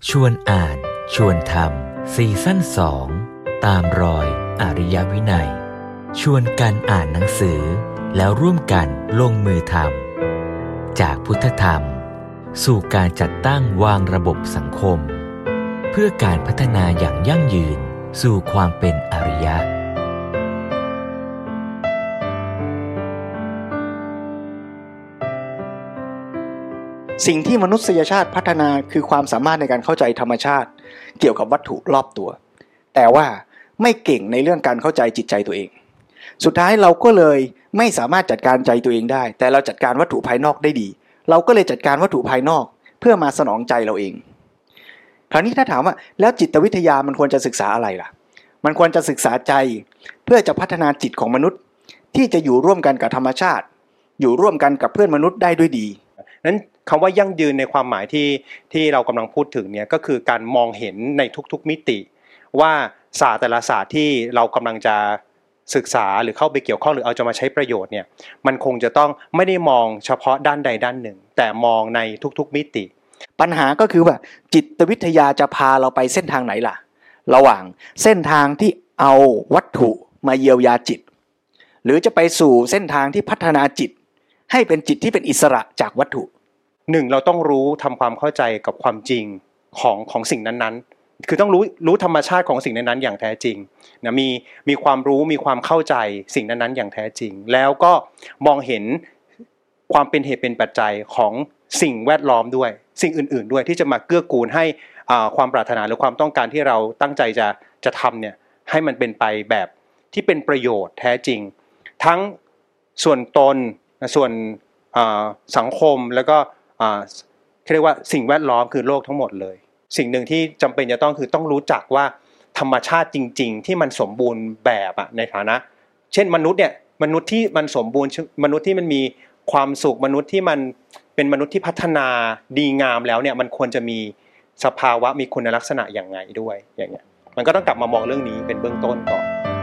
ชวนอ่านชวนทำซีซั่น2ตามรอยอริยวินัยชวนกันอ่านหนังสือแล้วร่วมกันลงมือทำจากพุทธธรรมสู่การจัดตั้งวางระบบสังคมเพื่อการพัฒนาอย่างยั่งยืนสู่ความเป็นอริยะสิ่งที่มนุษยชาติพัฒนาคือความสามารถในการเข้าใจธรรมชาติเกี่ยวกับวัตถุรอบตัวแต่ว่าไม่เก่งในเรื่องการเข้าใจจิตใจตัวเองสุดท้ายเราก็เลยไม่สามารถจัดการใจตัวเองได้แต่เราจัดการวัตถุภายนอกได้ดีเราก็เลยจัดการวัตถุภายนอกเพื่อมาสนองใจเราเองคราวนี้ถ้าถามว่าแล้วจิตวิทยามันควรจะศึกษาอะไรล่ะมันควรจะศึกษาใจเพื่อจะพัฒนาจิตของมนุษย์ที่จะอยู่ร่วมกันกับธรรมชาติอยู่ร่วมกันกับเพื่อนมนุษย์ได้ด้วยดีนั้นคำว่ายั่งยืนในความหมายที่เรากำลังพูดถึงเนี่ยก็คือการมองเห็นในทุกๆมิติว่าศาสตร์แต่ละศาสตร์ที่เรากำลังจะศึกษาหรือเข้าไปเกี่ยวข้องหรือเอาจะมาใช้ประโยชน์เนี่ยมันคงจะต้องไม่ได้มองเฉพาะด้านใดด้านหนึ่งแต่มองในทุกๆมิติปัญหาก็คือว่าจิตวิทยาจะพาเราไปเส้นทางไหนล่ะระหว่างเส้นทางที่เอาวัตถุมาเยียวยาจิตหรือจะไปสู่เส้นทางที่พัฒนาจิตให้เป็นจิตที่เป็นอิสระจากวัตถุหนึ่งเราต้องรู้ทำความเข้าใจกับความจริงของสิ่งนั้นๆคือต้องรู้ธรรมชาติของสิ่งนั้นๆอย่างแท้จริงนะมีความรู้มีความเข้าใจสิ่งนั้นๆอย่างแท้จริงแล้วก็มองเห็นความเป็นเหตุเป็นปัจจัยของสิ่งแวดล้อมด้วยสิ่งอื่นๆด้วยที่จะมาเกื้อกูลให้ความปรารถนาหรือความต้องการที่เราตั้งใจจะทำเนี่ยให้มันเป็นไปแบบที่เป็นประโยชน์แท้จริงทั้งส่วนตนส่วนสังคมแล้วก็เรียกว่าสิ่งแวดล้อมคือโลกทั้งหมดเลยสิ่งหนึ่งที่จำเป็นจะต้องรู้จักว่าธรรมชาติจริงๆที่มันสมบูรณ์แบบในฐานะเช่นมนุษย์เนี่ยมนุษย์ที่มันสมบูรณ์มนุษย์ที่มันมีความสุขมนุษย์ที่มันเป็นมนุษย์ที่พัฒนาดีงามแล้วเนี่ยมันควรจะมีสภาวะมีคุณลักษณะอย่างไงด้วยอย่างเงี้ยมันก็ต้องกลับมามองเรื่องนี้เป็นเบื้องต้นก่อน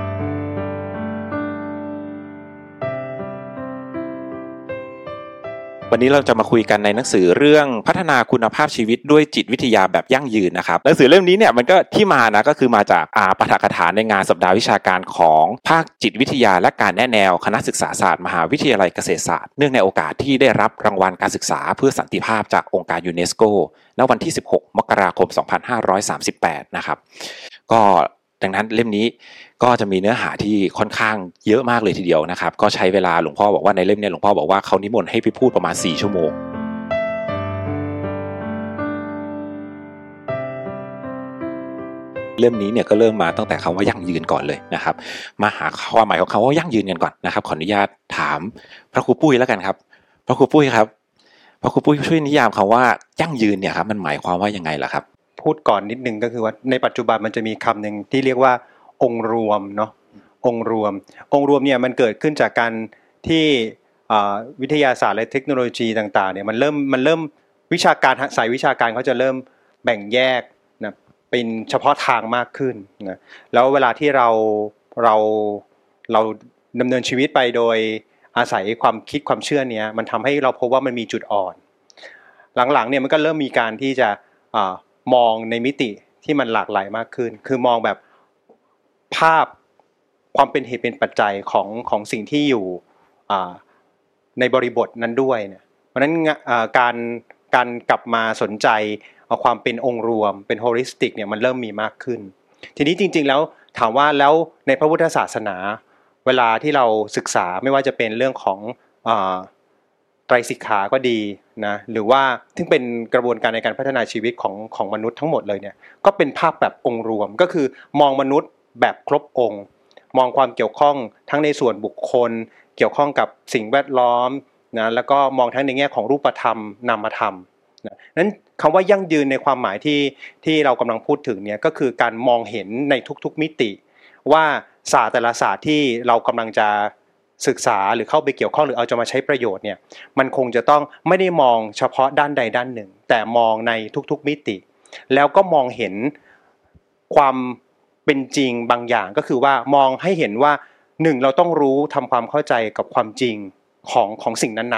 วันนี้เราจะมาคุยกันในหนังสือเรื่องพัฒนาคุณภาพชีวิตด้วยจิตวิทยาแบบยั่งยืนนะครับหนังสือเล่มนี้เนี่ยมันก็ที่มานะก็คือมาจากปาฐกถาในงานสัปดาห์วิชาการของภาคจิตวิทยาและการแนะแนวคณะศึกษาศาสตร์มหาวิทยาลัยเกษตรศาสตร์เนื่องในโอกาสที่ได้รับรางวัลการศึกษาเพื่อสันติภาพจากองค์การยูเนสโกณวันที่16มกราคม2538นะครับก็ดังนั้นเล่มนี้ก็จะมีเนื้อหาที่ค่อนข้างเยอะมากเลยทีเดียวนะครับก็ใช้เวลาหลวงพ่อบอกว่าในเล่มนี้หลวงพ่อบอกว่าเขานิมนต์ให้ไปพูดประมาณ4ชั่วโมงเล่มนี้เนี่ยก็เริ่มมาตั้งแต่คำว่ายั่งยืนก่อนเลยนะครับมาหาความหมายของคำว่ายั่งยืนกันก่อนนะครับขออนุญาตถามพระครูปุ้ยแล้วกันครับพระครูปุ้ยครับพระครูปุ้ยช่วยนิยามคำว่ายั่งยืนเนี่ยครับมันหมายความว่ายังไงล่ะครับพูดก่อนนิดนึงก็คือว่าในปัจจุบันมันจะมีคำหนึ่งที่เรียกว่าองค์รวมเนาะองค์รวมเนี่ยมันเกิดขึ้นจากการที่วิทยาศาสตร์และเทคโนโลยีต่างๆเนี่ยมันเริ่มวิชาการสายวิชาการเขาจะเริ่มแบ่งแยกนะเป็นเฉพาะทางมากขึ้นนะแล้วเวลาที่เราดำเนินชีวิตไปโดยอาศัยความคิดความเชื่อเนี้ยมันทำให้เราพบว่ามันมีจุดอ่อนหลังๆเนี่ยมันก็เริ่มมีการที่จะมองในมิติที่มันหลากหลายมากขึ้นคือมองแบบภาพความเป็นเหตุเป็นปัจจัยของสิ่งที่อยู่ในบริบทนั้นด้วยเนี่ยเพราะฉะนั้นการกลับมาสนใจเอาความเป็นองค์รวมเป็นโฮลิสติกเนี่ยมันเริ่มมีมากขึ้นทีนี้จริงๆแล้วถามว่าแล้วในพระพุทธศาสนาเวลาที่เราศึกษาไม่ว่าจะเป็นเรื่องของไตรสิกขาก็ดีนะหรือว่าซึ่งเป็นกระบวนการในการพัฒนาชีวิตของมนุษย์ทั้งหมดเลยเนี่ยก็เป็นภาพแบบองค์รวมก็คือมองมนุษย์แบบครบองค์มองความเกี่ยวข้องทั้งในส่วนบุคคลเกี่ยวข้องกับสิ่งแวดล้อมนะแล้วก็มองทั้งในแง่ของรูปธรรมนามธรรมนะนั้นคำว่ายั่งยืนในความหมายที่เรากำลังพูดถึงเนี่ยก็คือการมองเห็นในทุกๆมิติว่าศาสตร์แต่ละศาสตร์ที่เรากำลังจะศึกษาหรือเข้าไปเกี่ยวข้องหรือเอาจะมาใช้ประโยชน์เนี่ยมันคงจะต้องไม่ได้มองเฉพาะด้านใดด้านหนึ่งแต่มองในทุกๆมิติแล้วก็มองเห็นความเป็นจริงบางอย่างก็คือว่ามองให้เห็นว่าหนึ่งเราต้องรู้ทำความเข้าใจกับความจริงของสิ่งนั้น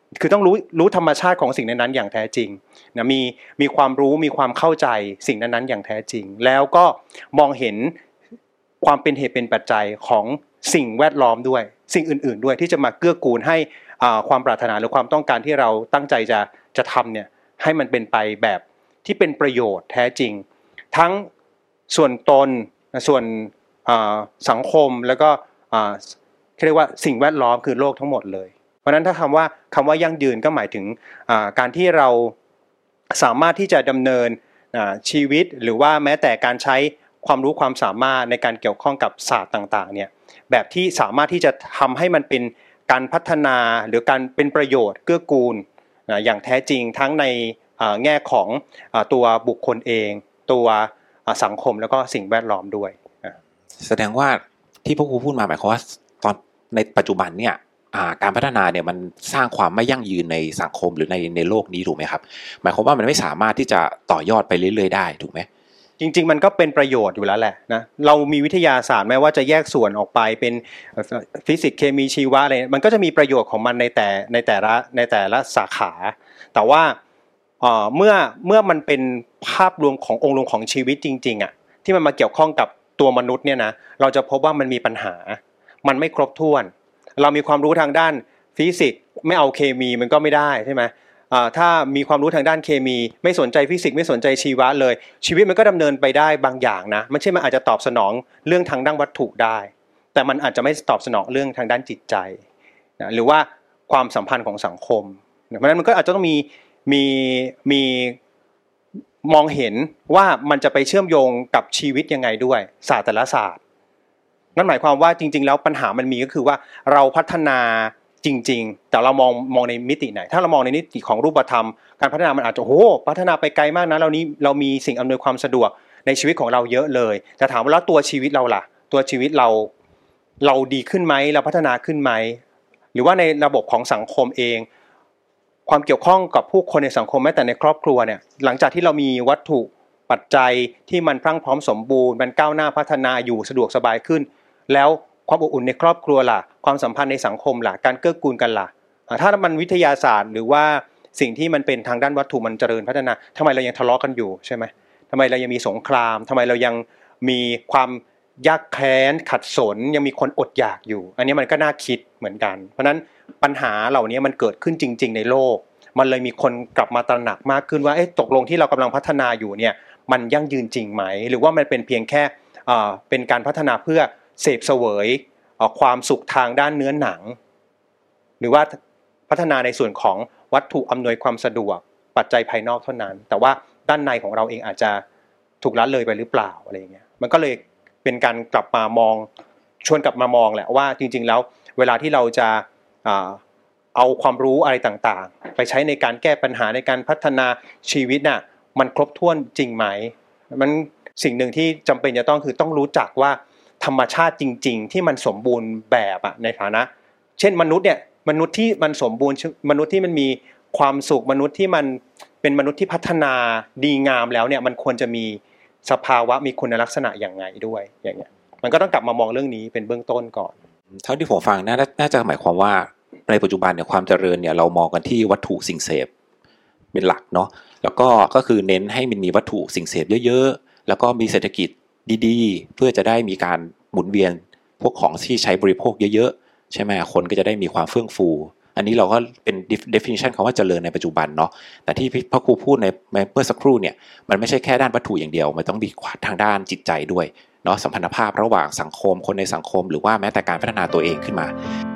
คือต้องรู้ธรรมชาติของสิ่งนั้นๆอย่างแท้จริงนะมีความรู้มีความเข้าใจสิ่งนั้นๆอย่างแท้จริงแล้วก็มองเห็นความเป็นเหตุเป็นปัจจัยของสิ่งแวดล้อมด้วยสิ่งอื่นๆด้วยที่จะมาเกื้อกูลให้ความปรารถนาหรือความต้องการที่เราตั้งใจจะทำเนี่ยให้มันเป็นไปแบบที่เป็นประโยชน์แท้จริงทั้งส่วนตนส่วนสังคมแล้วก็เรียกว่าสิ่งแวดล้อมคือโลกทั้งหมดเลยเพราะฉะนั้นถ้าคำว่ายั่งยืนก็หมายถึงการที่เราสามารถที่จะดำเนินชีวิตหรือว่าแม้แต่การใช้ความรู้ความสามารถในการเกี่ยวข้องกับศาสตร์ต่างๆเนี่ยแบบที่สามารถที่จะทำให้มันเป็นการพัฒนาหรือการเป็นประโยชน์เกื้อกูลอย่างแท้จริงทั้งในแง่ของตัวบุคคลเองตัวสังคมแล้วก็สิ่งแวดล้อมด้วยแสดงว่าที่พวกครูพูดมาหมายความว่าตอนในปัจจุบันเนี่ยการพัฒนาเนี่ยมันสร้างความไม่ยั่งยืนในสังคมหรือในโลกนี้ถูกไหมครับหมายความว่ามันไม่สามารถที่จะต่อยอดไปเรื่อยๆได้ถูกไหมจริงๆมันก็เป็นประโยชน์อยู่แล้วแหละนะเรามีวิทยาศาสตร์แม้ว่าจะแยกส่วนออกไปเป็นฟิสิกส์เคมีชีวะอะไรมันก็จะมีประโยชน์ของมันในแต่ละสาขาแต่ว่าเมื่อมันเป็นภาพรวมขององค์รวมของชีวิตจริงๆอ่ะที่มันมาเกี่ยวข้องกับตัวมนุษย์เนี่ยนะเราจะพบว่ามันมีปัญหามันไม่ครบถ้วนเรามีความรู้ทางด้านฟิสิกส์ไม่เอาเคมีมันก็ไม่ได้ใช่ไหมถ้ามีความรู้ทางด้านเคมีไม่สนใจฟิสิกส์ไม่สนใจชีวะเลยชีวิตมันก็ดำเนินไปได้บางอย่างนะไม่ใช่มันอาจจะตอบสนองเรื่องทางด้านวัตถุได้แต่มันอาจจะไม่ตอบสนองเรื่องทางด้านจิตใจนะหรือว่าความสัมพันธ์ของสังคมเพราะฉะนั้นมันก็อาจจะต้องมีมองเห็นว่ามันจะไปเชื่อมโยงกับชีวิตยังไงด้วยศาสตร์แต่ละศาสตร์นั่นหมายความว่าจริงๆแล้วปัญหามันมีก็คือว่าเราพัฒนาจริงๆแต่เรามองในมิติไหนถ้าเรามองในมิติของรูปธรรมการพัฒนามันอาจจะพัฒนาไปไกลมากนะเรามีสิ่งอำนวยความสะดวกในชีวิตของเราเยอะเลยแต่ถามว่าแล้วตัวชีวิตเราล่ะตัวชีวิตเราดีขึ้นไหมเราพัฒนาขึ้นไหมหรือว่าในระบบของสังคมเองความเกี่ยวข้องกับผู้คนในสังคมแม้แต่ในครอบครัวเนี่ยหลังจากที่เรามีวัตถุปัจจัยที่มันพรั่งพร้อมสมบูรณ์มันก้าวหน้าพัฒนาอยู่สะดวกสบายขึ้นแล้วความอบอุ่นในครอบครัวล่ะความสัมพันธ์ในสังคมล่ะการเกื้อกูลกันล่ะถ้ามันวิทยาศาสตร์หรือว่าสิ่งที่มันเป็นทางด้านวัตถุมันเจริญพัฒนาทำไมเรายังทะเลาะกันอยู่ใช่ไหมทำไมเรายังมีสงครามทำไมเรายังมีความยากแค้นขัดสนยังมีคนอดอยากอยู่อันนี้มันก็น่าคิดเหมือนกันเพราะนั้นปัญหาเหล่านี้มันเกิดขึ้นจริงๆในโลกมันเลยมีคนกลับมาตระหนักมากขึ้นว่าตกลงที่เรากำลังพัฒนาอยู่เนี่ยมันยั่งยืนจริงไหมหรือว่ามันเป็นเพียงแค่เป็นการพัฒนาเพื่อเสพเสวยความสุขทางด้านเนื้อหนังหรือว่าพัฒนาในส่วนของวัตถุอำนวยความสะดวกปัจจัยภายนอกเท่านั้นแต่ว่าด้านในของเราเองอาจจะถูกละเลยไปหรือเปล่าอะไรอย่างเงี้ยมันก็เลยเป็นการกลับมามองชวนกลับมามองแหละว่าจริงๆแล้วเวลาที่เราจะเอาความรู้อะไรต่างๆไปใช้ในการแก้ปัญหาในการพัฒนาชีวิตน่ะมันครบถ้วนจริงไหมมันสิ่งหนึ่งที่จำเป็นจะต้องคือต้องรู้จักว่าธรรมชาติจริงๆที่มันสมบูรณ์แบบในฐานะเช่นมนุษย์เนี่ยมนุษย์ที่มันสมบูรณ์มนุษย์ที่มันมีความสุขมนุษย์ที่มันเป็นมนุษย์ที่พัฒนาดีงามแล้วเนี่ยมันควรจะมีสภาวะมีคุณลักษณะอย่างไงด้วยอย่างเงี้ยมันก็ต้องกลับมามองเรื่องนี้เป็นเบื้องต้นก่อนเท่าที่ผมฟังน่าจะหมายความว่าในปัจจุบันเนี่ยความเจริญเนี่ยเรามองกันที่วัตถุสิ่งเสพเป็นหลักเนาะแล้วก็คือเน้นให้มันมีวัตถุสิ่งเสพเยอะๆแล้วก็มีเศรษฐกิจดีๆเพื่อจะได้มีการหมุนเวียนพวกของที่ใช้บริโภคเยอะๆใช่ไหมคนก็จะได้มีความเฟื่องฟูอันนี้เราก็เป็น definition คำว่าเจริญในปัจจุบันเนาะแต่ที่พระครูพูดในเมื่อสักครู่เนี่ยมันไม่ใช่แค่ด้านวัตถุอย่างเดียวมันต้องมีทางด้านจิตใจด้วยเนาะสัมพันธภาพระหว่างสังคมคนในสังคมหรือว่าแม้แต่การพัฒนาตัวเองขึ้นมา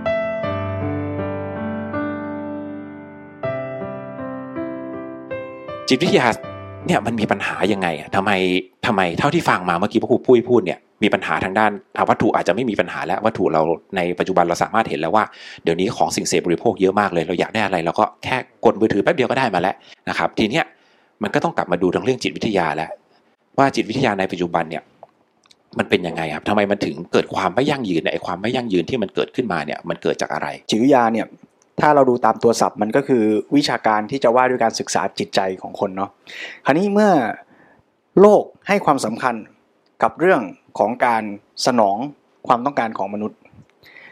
จิตวิทยาเนี่ยมันมีปัญหายังไงทำไมเท่าที่ฟังมาเมื่อกี้พระครูปุ้ยพูดเนี่ยมีปัญหาทางด้านวัตถุอาจจะไม่มีปัญหาแล้ววัตถุเราในปัจจุบันเราสามารถเห็นแล้วว่าเดี๋ยวนี้ของสิ่งเสพบริโภคเยอะมากเลยเราอยากได้อะไรเราก็แค่กดมือถือแป๊บเดียวก็ได้มาแล้วนะครับทีเนี้ยมันก็ต้องกลับมาดูทางเรื่องจิตวิทยาแล้วว่าจิตวิทยาในปัจจุบันเนี่ยมันเป็นยังไงครับทำไมมันถึงเกิดความไม่ยั่งยืนไอ้ความไม่ยั่งยืนที่มันเกิดขึ้นมาเนี่ยมันเกิดจากอะไรจิตวิทยาเนี่ยถ้าเราดูตามตัวศัพท์มันก็คือวิชาการที่จะว่าด้วยการศึกษาจิตใจของคนเนาะคราวนี้เมื่อโลกให้ความสำคัญกับเรื่องของการสนองความต้องการของมนุษย์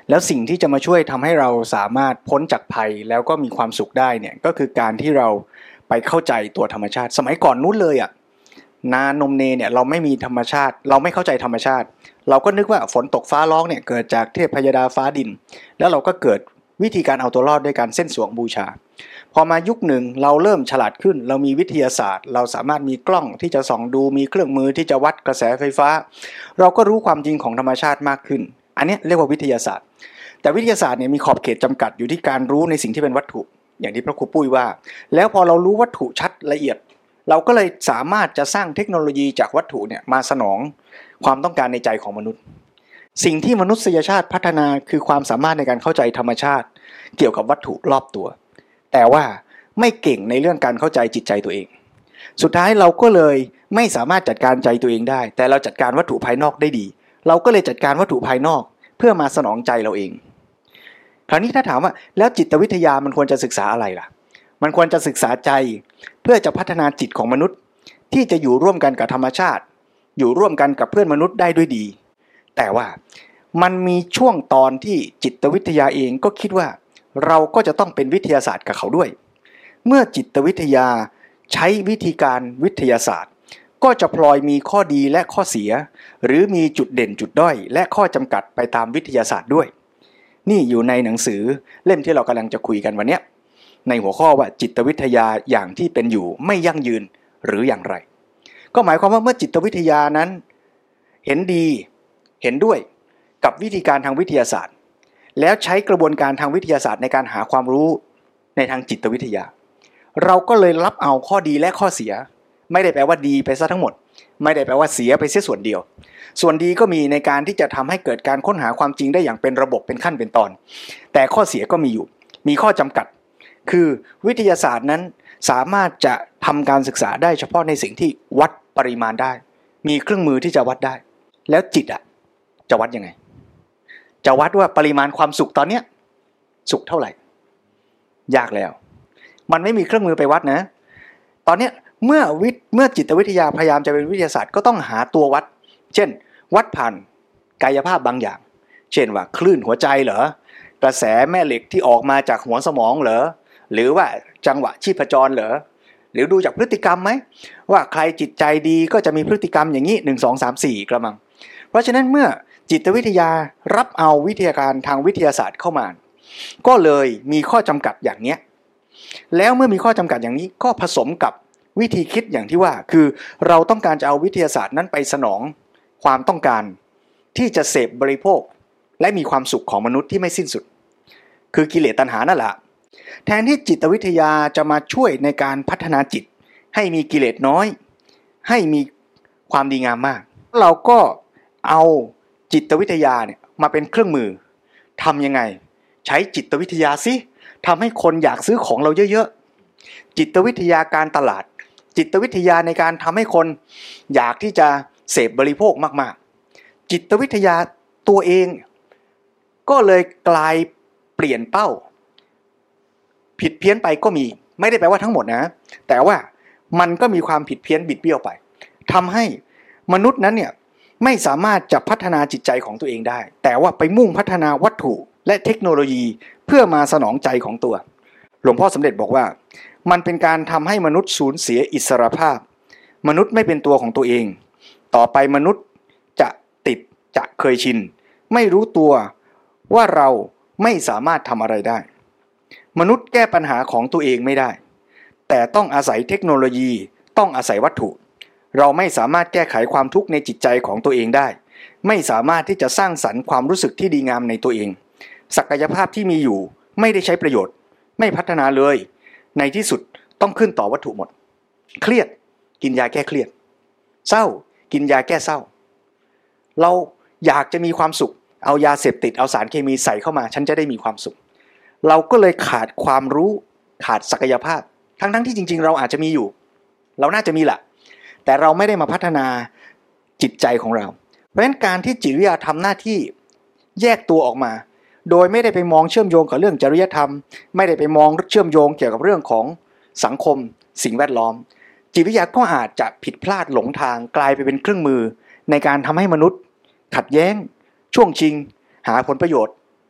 แล้วสิ่งที่จะมาช่วยทำให้เราสามารถพ้นจากภัยแล้วก็มีความสุขได้เนี่ยก็คือการที่เราไปเข้าใจตัวธรรมชาติสมัยก่อนนู้นเลยนานมเนเนี่ยเราไม่มีธรรมชาติเราไม่เข้าใจธรรมชาติเราก็นึกว่าฝนตกฟ้าร้องเนี่ยเกิดจากเทพพยดาฟ้าดินแล้วเราก็เกิดวิธีการเอาตัวรอดด้วยการเส้นสวงบูชาพอมายุคหนึ่งเราเริ่มฉลาดขึ้นเรามีวิทยาศาสตร์เราสามารถมีกล้องที่จะส่องดูมีเครื่องมือที่จะวัดกระแสไฟฟ้าเราก็รู้ความจริงของธรรมชาติมากขึ้นอันนี้เรียกว่าวิทยาศาสตร์แต่วิทยาศาสตร์เนี่ยมีขอบเขตจำกัดอยู่ที่การรู้ในสิ่งที่เป็นวัตถุอย่างที่พระครูปุ้ยว่าแล้วพอเรารู้วัตถุชัดละเอียดเราก็เลยสามารถจะสร้างเทคโนโลยีจากวัตถุเนี่ยมาสนองความต้องการในใจของมนุษย์สิ่งที่มนุษยชาติพัฒนาคือความสามารถในการเข้าใจธรรมชาติเกี่ยวกับวัตถุรอบตัวแต่ว่าไม่เก่งในเรื่องการเข้าใจจิตใจตัวเองสุดท้ายเราก็เลยไม่สามารถจัดการใจตัวเองได้แต่เราจัดการวัตถุภายนอกได้ดีเราก็เลยจัดการวัตถุภายนอกเพื่อมาสนองใจเราเองคราวนี้ถ้าถามว่าแล้วจิตวิทยามันควรจะศึกษาอะไรล่ะมันควรจะศึกษาใจเพื่อจะพัฒนาจิตของมนุษย์ที่จะอยู่ร่วมกันกับธรรมชาติอยู่ร่วมกันกับเพื่อนมนุษย์ได้ด้วยดีแต่ว่ามันมีช่วงตอนที่จิตวิทยาเองก็คิดว่าเราก็จะต้องเป็นวิทยาศาสตร์กับเขาด้วยเมื่อจิตวิทยาใช้วิธีการวิทยาศาสตร์ก็จะพลอยมีข้อดีและข้อเสียหรือมีจุดเด่นจุดด้อยและข้อจำกัดไปตามวิทยาศาสตร์ด้วยนี่อยู่ในหนังสือเล่มที่เรากำลังจะคุยกันวันนี้ในหัวข้อว่าจิตวิทยาอย่างที่เป็นอยู่ไม่ยั่งยืนหรืออย่างไรก็หมายความว่าเมื่อจิตวิทยานั้นเห็นดีเห็นด้วยกับวิธีการทางวิทยาศาสตร์แล้วใช้กระบวนการทางวิทยาศาสตร์ในการหาความรู้ในทางจิตวิทยาเราก็เลยรับเอาข้อดีและข้อเสียไม่ได้แปลว่าดีไปซะทั้งหมดไม่ได้แปลว่าเสียไปเสียส่วนเดียวส่วนดีก็มีในการที่จะทำให้เกิดการค้นหาความจริงได้อย่างเป็นระบบเป็นขั้นเป็นตอนแต่ข้อเสียก็มีอยู่มีข้อจำกัดคือวิทยาศาสตร์นั้นสามารถจะทำการศึกษาได้เฉพาะในสิ่งที่วัดปริมาณได้มีเครื่องมือที่จะวัดได้แล้วจิตจะวัดยังไงจะวัดว่าปริมาณความสุขตอนเนี้ยสุขเท่าไหร่ยากแล้วมันไม่มีเครื่องมือไปวัดนะตอนเนี้ยเมื่อจิตวิทยาพยายามจะเป็นวิทยาศาสตร์ก็ต้องหาตัววัดเช่นวัดผ่านกายภาพบางอย่างเช่นว่าคลื่นหัวใจเหรอกระแสแม่เหล็กที่ออกมาจากหัวสมองเหรอหรือว่าจังหวะชีพจรเหรอหรือดูจากพฤติกรรมไหมว่าใครจิตใจดีก็จะมีพฤติกรรมอย่างนี้1 2 3 4กระมังเพราะฉะนั้นเมื่อจิตวิทยารับเอาวิทยาการทางวิทยาศาสตร์เข้ามาก็เลยมีข้อจำกัดอย่างนี้แล้วเมื่อมีข้อจำกัดอย่างนี้ก็ผสมกับวิธีคิดอย่างที่ว่าคือเราต้องการจะเอาวิทยาศาสตร์นั้นไปสนองความต้องการที่จะเสพบริโภคและมีความสุขของมนุษย์ที่ไม่สิ้นสุดคือกิเลสตัณหานั่นแหละแทนที่จิตวิทยาจะมาช่วยในการพัฒนาจิตให้มีกิเลสน้อยให้มีความดีงามมากเราก็เอาจิตวิทยาเนี่ยมาเป็นเครื่องมือทำยังไงใช้จิตวิทยาสิทำให้คนอยากซื้อของเราเยอะๆจิตวิทยาการตลาดจิตวิทยาในการทำให้คนอยากที่จะเสพบริโภคมากๆจิตวิทยาตัวเองก็เลยกลายเปลี่ยนเป้าผิดเพี้ยนไปก็มีไม่ได้แปลว่าทั้งหมดนะแต่ว่ามันก็มีความผิดเพี้ยนบิดเบี้ยวไปทำให้มนุษย์นั้นเนี่ยไม่สามารถจะพัฒนาจิตใจของตัวเองได้แต่ว่าไปมุ่งพัฒนาวัตถุและเทคโนโลยีเพื่อมาสนองใจของตัวหลวงพ่อสมเด็จบอกว่ามันเป็นการทำให้มนุษย์สูญเสียอิสรภาพมนุษย์ไม่เป็นตัวของตัวเองต่อไปมนุษย์จะติดจะเคยชินไม่รู้ตัวว่าเราไม่สามารถทำอะไรได้มนุษย์แก้ปัญหาของตัวเองไม่ได้แต่ต้องอาศัยเทคโนโลยีต้องอาศัยวัตถุเราไม่สามารถแก้ไขความทุกข์ในจิตใจของตัวเองได้ไม่สามารถที่จะสร้างสรรค์ความรู้สึกที่ดีงามในตัวเองศักยภาพที่มีอยู่ไม่ได้ใช้ประโยชน์ไม่พัฒนาเลยในที่สุดต้องขึ้นต่อวัตถุหมดเครียดกินยาแก้เครียดเศร้ากินยาแก้เศร้าเราอยากจะมีความสุขเอายาเสพติดเอาสารเคมีใส่เข้ามาฉันจะได้มีความสุขเราก็เลยขาดความรู้ขาดศักยภาพทั้งที่จริงๆเราอาจจะมีอยู่เราน่าจะมีแหละแต่เราไม่ได้มาพัฒนาจิตใจของเราเพราะฉะนั้นการที่จิตวิทยาทำหน้าที่แยกตัวออกมาโดยไม่ได้ไปมองเชื่อมโยงกับเรื่องจริยธรรมไม่ได้ไปมองเชื่อมโยงเกี่ยวกับเรื่องของสังคมสิ่งแวดล้อมจิตวิทยาก็อาจจะผิดพลาดหลงทางกลายไปเป็นเครื่องมือในการทำให้มนุษย์ขัดแย้งช่วงชิงหาผลประโยชน์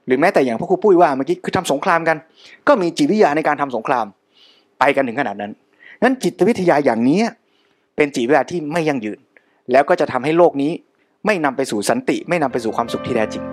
หรือแม้แต่อย่างพระครูปุ้ยว่าเมื่อกี้คือทำสงครามกันก็มีจิตวิทยาในการทำสงครามไปกันถึงขนาดนั้นนั้นจิตวิทยาอย่างนี้เป็นจิตวิทยาที่ไม่ยั่งยืนแล้วก็จะทำให้โลกนี้ไม่นำไปสู่สันติไม่นำไปสู่ความสุขที่แท้จริง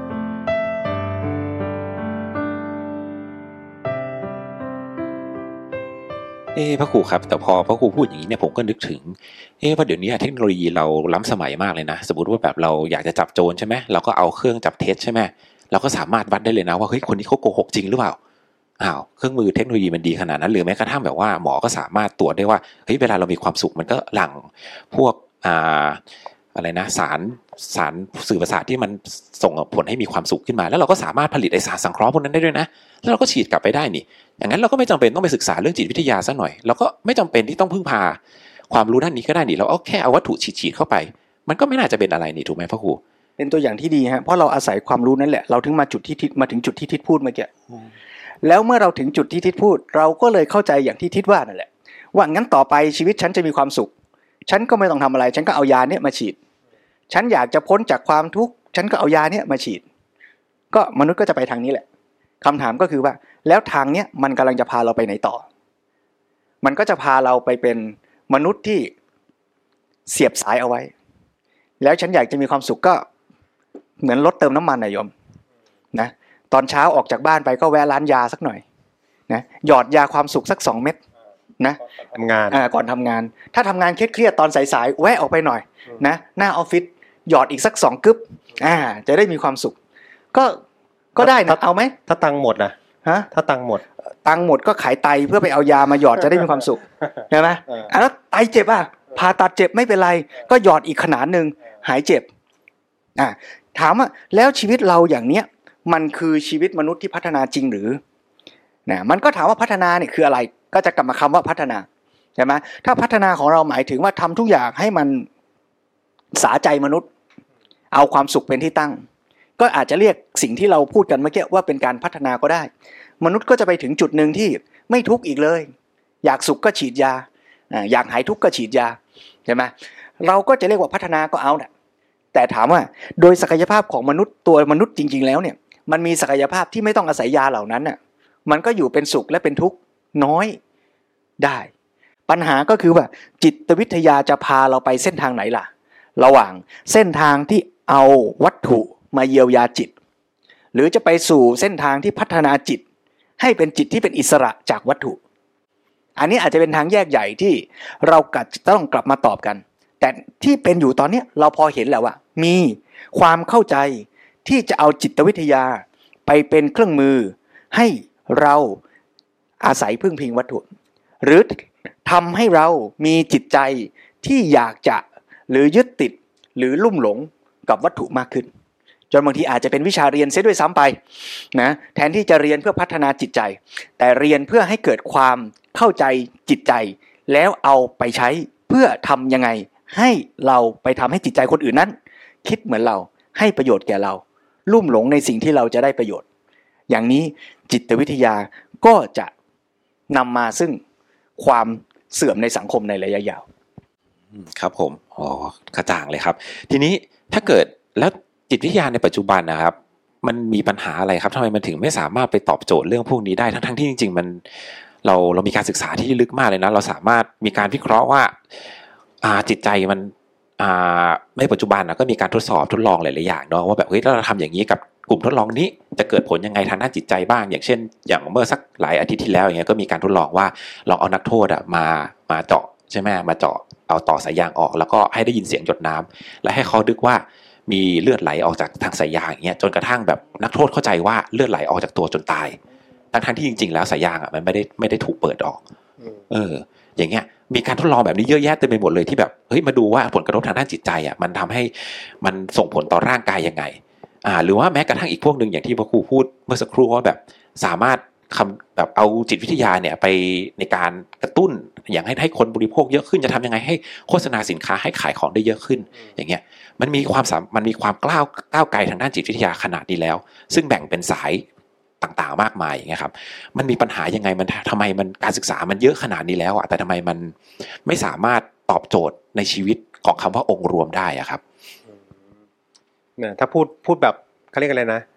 พระครูครับแต่พอพระครูพูดอย่างนี้เนี่ยผมก็นึกถึงว่าเดี๋ยวนี้เทคโนโลยีเราล้ำสมัยมากเลยนะสมมติว่าแบบเราอยากจะจับโจรใช่ไหมเราก็เอาเครื่องจับเท็จใช่ไหมเราก็สามารถวัดได้เลยนะว่าเฮ้ยคนนี้เขาโกหกจริงหรือเปล่าเครื่องมือเทคโนโลยีมันดีขนาดนั้นหรือแม้กระทั่งแบบว่าหมอก็สามารถตรวจได้ว่าเฮ้ยเวลาเรามีความสุขมันก็หลั่งพวกอะไรนะสารสื่อประสาทที่มันส่งผลให้มีความสุขขึ้นมาแล้วเราก็สามารถผลิตไอสารสังเคราะห์พวกนั้นได้ด้วยนะแล้วเราก็ฉีดกลับไปได้นี่อย่างนั้นเราก็ไม่จำเป็นต้องไปศึกษาเรื่องจิตวิทยาซะหน่อยเราก็ไม่จำเป็นที่ต้องพึ่งพาความรู้ด้านนี้ก็ได้นี่เราเอาแค่เอาวัตถุฉีดเข้าไปมันก็ไม่น่าจะเป็นอะไรนี่ถูกไหมพระครูเป็นตัวอย่างที่ดีฮะเพราะเราอาศัยความรู้นั่นแหละเราถึงมาจุดที่ทิศมาถึงจุดที่ทิศพูดเมื่อกี้แล้วเมื่อเราถึงจุดที่ทิศพูดเราก็เลยเข้าใจอย่างที่ทิศว่านั่นแหละว่างั้นต่อไปชีวิตฉันจะมีความสุขฉันก็ไม่ต้องทำอะไรฉันก็เอายาเนี่ยมาฉีดฉันอยากจะพ้นจากความทุกข์ฉันก็เอายาเนี่ยมาฉีดก็มนุษย์ก็จะไปทางนี้แหละคำถามก็คือว่าแล้วทางเนี้ยมันกำลังจะพาเราไปไหนต่อมันก็จะพาเราไปเป็นมนุษย์ที่เสียบสายเอาไว้แล้วฉันอยากจะมีความสุขก็เหมือนรถเติมน้ำมันนะโยมนะตอนเช้าออกจากบ้านไปก็แวะร้านยาสักหน่อยนะหยอดยาความสุขสัก2 เม็ดนะทำงานก่อนทำงานถ้าทำงานเครียดๆตอนสายๆแวะออกไปหน่อยนะหน้าออฟฟิศหยอดอีกสัก2 กึ๊บจะได้มีความสุขก็ได้นะเอาไหมถ้าตังหมดนะถ้าตังหมดก็ขายไตเพื่อไปเอายามาหยอดจะได้มีความสุขใช่ไหมแล้วไตเจ็บผ่าตัดเจ็บไม่เป็นไรก็หยอดอีกขนาดนึงหายเจ็บถามว่าแล้วชีวิตเราอย่างเนี้ยมันคือชีวิตมนุษย์ที่พัฒนาจริงหรือนะมันก็ถามว่าพัฒนาเนี่ยคืออะไรก็จะกลับมาคำว่าพัฒนาใช่ไหมถ้าพัฒนาของเราหมายถึงว่าทำทุกอย่างให้มันสาใจมนุษย์เอาความสุขเป็นที่ตั้งก็อาจจะเรียกสิ่งที่เราพูดกันเมื่อกี้ว่าเป็นการพัฒนาก็ได้มนุษย์ก็จะไปถึงจุดนึงที่ไม่ทุกข์อีกเลยอยากสุขก็ฉีดยาอยากหายทุกข์ก็ฉีดยาใช่ไหมเราก็จะเรียกว่าพัฒนาก็เอาน่ะแต่ถามว่าโดยศักยภาพของมนุษย์ตัวมนุษย์จริงๆแล้วเนี่ยมันมีศักยภาพที่ไม่ต้องอาศัยยาเหล่านั้นน่ะมันก็อยู่เป็นสุขและเป็นทุกข์น้อยได้ปัญหาก็คือว่าจิตวิทยาจะพาเราไปเส้นทางไหนล่ะระหว่างเส้นทางที่เอาวัตถุมาเยียวยาจิตหรือจะไปสู่เส้นทางที่พัฒนาจิตให้เป็นจิตที่เป็นอิสระจากวัตถุอันนี้อาจจะเป็นทางแยกใหญ่ที่เราต้องกลับมาตอบกันแต่ที่เป็นอยู่ตอนนี้เราพอเห็นแล้วว่ามีความเข้าใจที่จะเอาจิตวิทยาไปเป็นเครื่องมือให้เราอาศัยพึ่งพิงวัตถุหรือทำให้เรามีจิตใจที่อยากจะหรือยึดติดหรือลุ่มหลงกับวัตถุมากขึ้นจนบางทีอาจจะเป็นวิชาเรียนเสียด้วยซ้ำไปนะแทนที่จะเรียนเพื่อพัฒนาจิตใจแต่เรียนเพื่อให้เกิดความเข้าใจจิตใจแล้วเอาไปใช้เพื่อทำยังไงให้เราไปทำให้จิตใจคนอื่นนั้นคิดเหมือนเราให้ประโยชน์แก่เราลุ่มหลงในสิ่งที่เราจะได้ประโยชน์อย่างนี้จิตวิทยาก็จะนำมาซึ่งความเสื่อมในสังคมในระยะยาวครับผมกระจ่างเลยครับทีนี้ถ้าเกิดแล้วจิตวิทยาในปัจจุบันนะครับมันมีปัญหาอะไรครับทำไมมันถึงไม่สามารถไปตอบโจทย์เรื่องพวกนี้ได้ทั้งที่จริงๆมันเรามีการศึกษาที่ลึกมากเลยนะเราสามารถมีการวิเคราะห์ว่าจิตใจมันในปัจจุบันก็มีการทดลองหลายๆอย่างเนาะว่าแบบเฮ้ยถ้าเราทำอย่างนี้กับกลุ่มทดลองนี้จะเกิดผลยังไงทางด้านจิตใจบ้างอย่างเช่นอย่างเมื่อสักหลายอาทิตย์ที่แล้วอย่างเงี้ยก็มีการทดลองว่าลองเอานักโทษมาเจาะใช่ไหมมาเจาะเอาต่อสายยางออกแล้วก็ให้ได้ยินเสียงหยดน้ำและให้เขาดึกว่ามีเลือดไหลออกจากทางสายยางอย่างเงี้ยจนกระทั่งแบบนักโทษเข้าใจว่าเลือดไหลออกจากตัวจนตายทั้งที่จริงๆแล้วสายยางมันไม่ได้ถูกเปิดออกอย่างเงี้ยมีการทดลองแบบนี้เยอะแยะเต็มไปหมดเลยที่แบบเฮ้ยมาดูว่าผลกระทบทางด้านจิตใจมันทำให้มันส่งผลต่อร่างกายยังไงหรือว่าแม้กระทั่งอีกพวกนึงอย่างที่พระครูพูดเมื่อสักครู่ว่าแบบสามารถแบบเอาจิตวิทยาเนี่ยไปในการกระตุ้นอย่างให้คนบริโภคเยอะขึ้นจะทำยังไงให้โฆษณาสินค้าให้ขายของได้เยอะขึ้นอย่างเงี้ยมันมีความก้าวไกลทางด้านจิตวิทยาขนาดนี้แล้วซึ่งแบ่งเป็นสายต่างๆมากมายอย่างเงี้ยครับมันมีปัญหายังไงมันทำไมมันการศึกษามันเยอะขนาดนี้แล้วแต่ทำไมมันไม่สามารถตอบโจทย์ในชีวิตของคำว่าองค์รวมได้ครับถ้าพูดแบบเขาเรียกอะไรนะ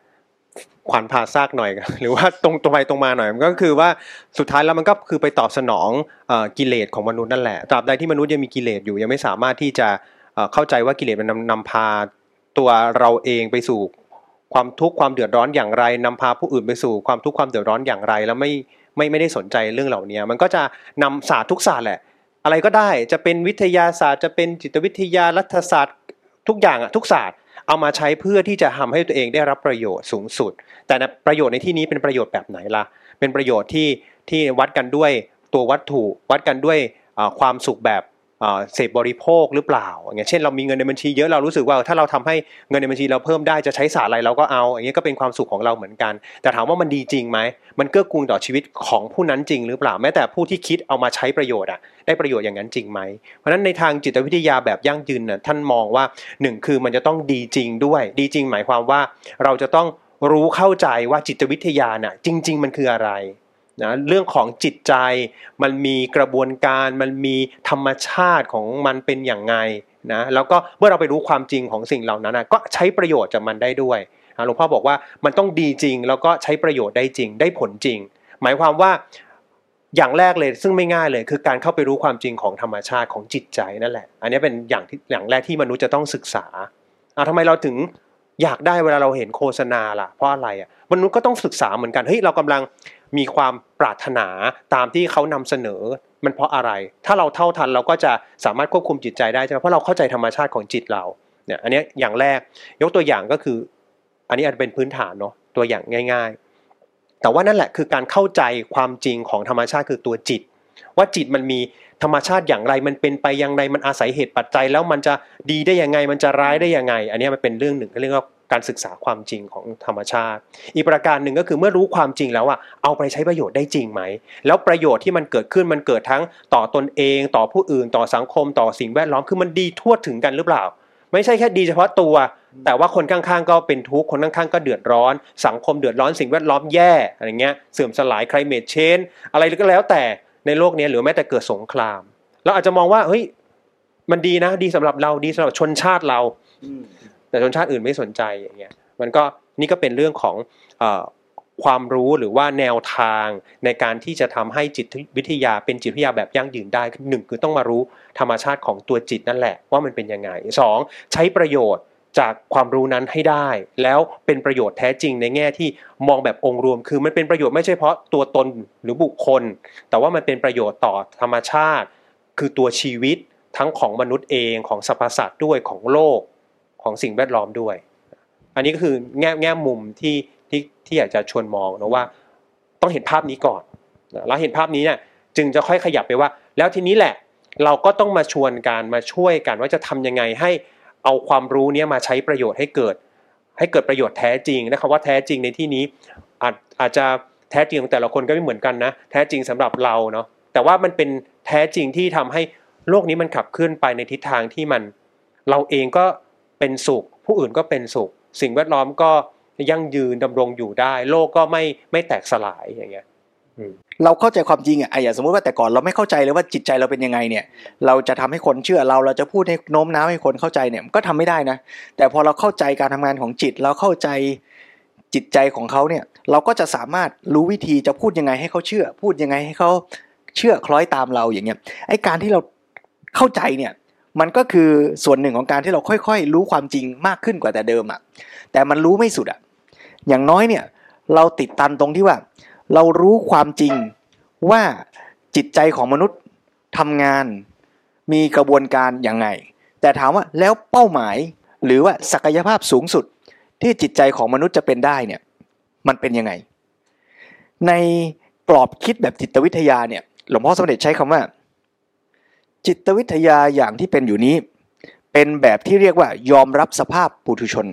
ขวัญผ่าซากหน่อย หรือว่าตรงไปตรงมาหน่อยมันก็คือว่าสุดท้ายแล้วมันก็คือไปตอบสนองกิเลสของมนุษย์นั่นแหละตราบใดที่มนุษย์ยังมีกิเลสอยู่ยังไม่สามารถที่จะเข้าใจว่ากิเลสมันนำพาตัวเราเองไปสู่ความทุกข์ความเดือดร้อนอย่างไรนำพาผู้อื่นไปสู่ความทุกข์ความเดือดร้อนอย่างไรแล้วไม่ได้สนใจเรื่องเหล่านี้มันก็จะนำศาสตร์ทุกศาสตร์แหละอะไรก็ได้จะเป็นวิทยาศาสตร์จะเป็นจิตวิทยารัฐศาสตร์ทุกอย่างทุกศาสตร์เอามาใช้เพื่อที่จะทำให้ตัวเองได้รับประโยชน์สูงสุดแต่ประโยชน์ในที่นี้เป็นประโยชน์แบบไหนล่ะเป็นประโยชน์ที่วัดกันด้วยตัววัตถุวัดกันด้วยความสุขแบบเสพบริโภคหรือเปล่าอย่างเช่นเรามีเงินในบัญชีเยอะเรารู้สึกว่าถ้าเราทำให้เงินในบัญชีเราเพิ่มได้จะใช้ศาสตร์อะไรเราก็เอาอย่างนี้ก็เป็นความสุขของเราเหมือนกันแต่ถามว่ามันดีจริงไหมมันเกื้อกูลต่อชีวิตของผู้นั้นจริงหรือเปล่าแม้แต่ผู้ที่คิดเอามาใช้ประโยชน์ได้ประโยชน์อย่างนั้นจริงไหมเพราะฉะนั้นในทางจิตวิทยาแบบยั่งยืนท่านมองว่า1คือมันจะต้องดีจริงด้วยดีจริงหมายความว่าเราจะต้องรู้เข้าใจว่าจิตวิทยาจริงๆมันคืออะไรนะเรื่องของจิตใจมันมีกระบวนการมันมีธรรมชาติของมันเป็นอย่างไงนะแล้วก็เมื่อเราไปรู้ความจริงของสิ่งเหล่านั้นก็ใช้ประโยชน์จากมันได้ด้วยหลวงพ่อบอกว่ามันต้องดีจริงแล้วก็ใช้ประโยชน์ได้จริงได้ผลจริงหมายความว่าอย่างแรกเลยซึ่งไม่ง่ายเลยคือการเข้าไปรู้ความจริงของธรรมชาติของจิตใจนั่นแหละอันนี้เป็นอย่างแรกที่มนุษย์จะต้องศึกษาทำไมเราถึงอยากได้เวลาเราเห็นโฆษณาล่ะเพราะอะไรมนุษย์ก็ต้องศึกษาเหมือนกันเฮ้ยเรากำลังมีความปรารถนาตามที่เขานำเสนอมันเพราะอะไรถ้าเราเท่าทันเราก็จะสามารถควบคุมจิตใจได้ใช่ไหมเพราะเราเข้าใจธรรมชาติของจิตเราเนี่ยอันนี้อย่างแรกยกตัวอย่างก็คืออันนี้อาจจะเป็นพื้นฐานเนาะตัวอย่างง่ายๆแต่ว่านั่นแหละคือการเข้าใจความจริงของธรรมชาติคือตัวจิตว่าจิตมันมีธรรมชาติอย่างไรมันเป็นไปอย่างไรมันอาศัยเหตุปัจจัยแล้วมันจะดีได้ยังไงมันจะร้ายได้ยังไงอันนี้มันเป็นเรื่องหนึ่งเรียกว่าการศึกษาความจริงของธรรมชาติอีกประการหนึ่งก็คือเมื่อรู้ความจริงแล้วเอาไปใช้ประโยชน์ได้จริงไหมแล้วประโยชน์ที่มันเกิดขึ้นมันเกิดทั้งต่อตนเองต่อผู้อื่นต่อสังคมต่อสิ่งแวดล้อมคือมันดีทั่วถึงกันหรือเปล่าไม่ใช่แค่ดีเฉพาะตัวแต่ว่าคนข้างๆก็เป็นทุกข์คนข้างๆก็เดือดร้อนสังคมเดือดร้อนสิ่งแวดล้อมแย่อะไรเงี้ยเสื่อมสลาย climate change อะไรก็แล้วแต่ในโลกนี้หรือแม้แต่เกิดสงครามเราอาจจะมองว่าเฮ้ยมันดีนะดีสำหรับเราดีสำหรับชนชาติเราแต่ชนชาติอื่นไม่สนใจอย่างเงี้ยมันก็นี่ก็เป็นเรื่องของความรู้หรือว่าแนวทางในการที่จะทำให้จิตวิทยาเป็นจิตวิทยาแบบยั่งยืนได้หนึ่งคือต้องมารู้ธรรมชาติของตัวจิตนั่นแหละว่ามันเป็นยังไงสองใช้ประโยชน์จากความรู้นั้นให้ได้แล้วเป็นประโยชน์แท้จริงในแง่ที่มองแบบองค์รวมคือมันเป็นประโยชน์ไม่ใช่เพราะตัวตนหรือบุคคลแต่ว่ามันเป็นประโยชน์ต่อธรรมชาติคือตัวชีวิตทั้งของมนุษย์เองของสรรพสัตว์ด้วยของโลกของสิ่งแวดล้อมด้วยอันนี้ก็คือแง่มุมที่อยากจะชวนมองนะว่าต้องเห็นภาพนี้ก่อนแล้วเห็นภาพนี้เนี่ยจึงจะค่อยขยับไปว่าแล้วทีนี้แหละเราก็ต้องมาชวนกันมาช่วยกันว่าจะทำยังไงให้เอาความรู้นี้มาใช้ประโยชน์ให้เกิดประโยชน์แท้จริงนะครับว่าแท้จริงในที่นี้อาจจะแท้จริงของแต่ละคนก็ไม่เหมือนกันนะแท้จริงสำหรับเราเนาะแต่ว่ามันเป็นแท้จริงที่ทำให้โลกนี้มันขับเคลื่อนไปในทิศทางที่มันเราเองก็เป็นสุขผู้อื่นก็เป็นสุขสิ่งแวดล้อมก็ยั่งยืนดำรงอยู่ได้โลกก็ไม่แตกสลายอย่างเงี้ยเราเข้าใจความจริงอย่างสมมติว่าแต่ก่อนเราไม่เข้าใจเลยว่าจิตใจเราเป็นยังไงเนี่ยเราจะทำให้คนเชื่อเราจะพูดให้โน้มน้าวให้คนเข้าใจเนี่ยก็ทำไม่ได้นะแต่พอเราเข้าใจการทำงานของจิตเราเข้าใจจิตใจของเขาเนี่ยเราก็จะสามารถรู้วิธีจะพูดยังไงให้เขาเชื่อพูดยังไงให้เขาเชื่อคล้อยตามเราอย่างเงี้ยไอ้การที่เราเข้าใจเนี่ยมันก็คือส่วนหนึ่งของการที่เราค่อยๆรู้ความจริงมากขึ้นกว่าแต่เดิมแต่มันรู้ไม่สุดอย่างน้อยเนี่ยเราติดตันตรงที่ว่าเรารู้ความจริงว่าจิตใจของมนุษย์ทำงานมีกระบวนการอย่างไงแต่ถามว่าแล้วเป้าหมายหรือว่าศักยภาพสูงสุดที่จิตใจของมนุษย์จะเป็นได้เนี่ยมันเป็นยังไงในกรอบคิดแบบจิตวิทยาเนี่ยหลวงพ่อสมเด็จใช้คำว่าจิตวิทยาอย่างที่เป็นอยู่นี้เป็นแบบที่เรียกว่ายอมรับสภาพปุถุชน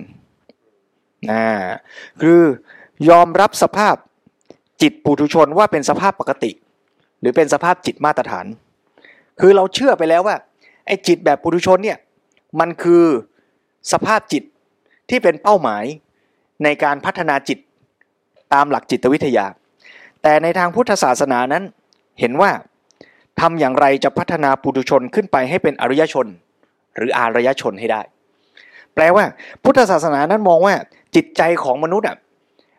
คือยอมรับสภาพจิตปุถุชนว่าเป็นสภาพปกติหรือเป็นสภาพจิตมาตรฐานคือเราเชื่อไปแล้วว่าไอ้จิตแบบปุถุชนเนี่ยมันคือสภาพจิตที่เป็นเป้าหมายในการพัฒนาจิตตามหลักจิตวิทยาแต่ในทางพุทธศาสนานั้นเห็นว่าทำอย่างไรจะพัฒนาปุถุชนขึ้นไปให้เป็นอริยชนหรืออารยชนให้ได้แปลว่าพุทธศาสนานั้นมองว่าจิตใจของมนุษย์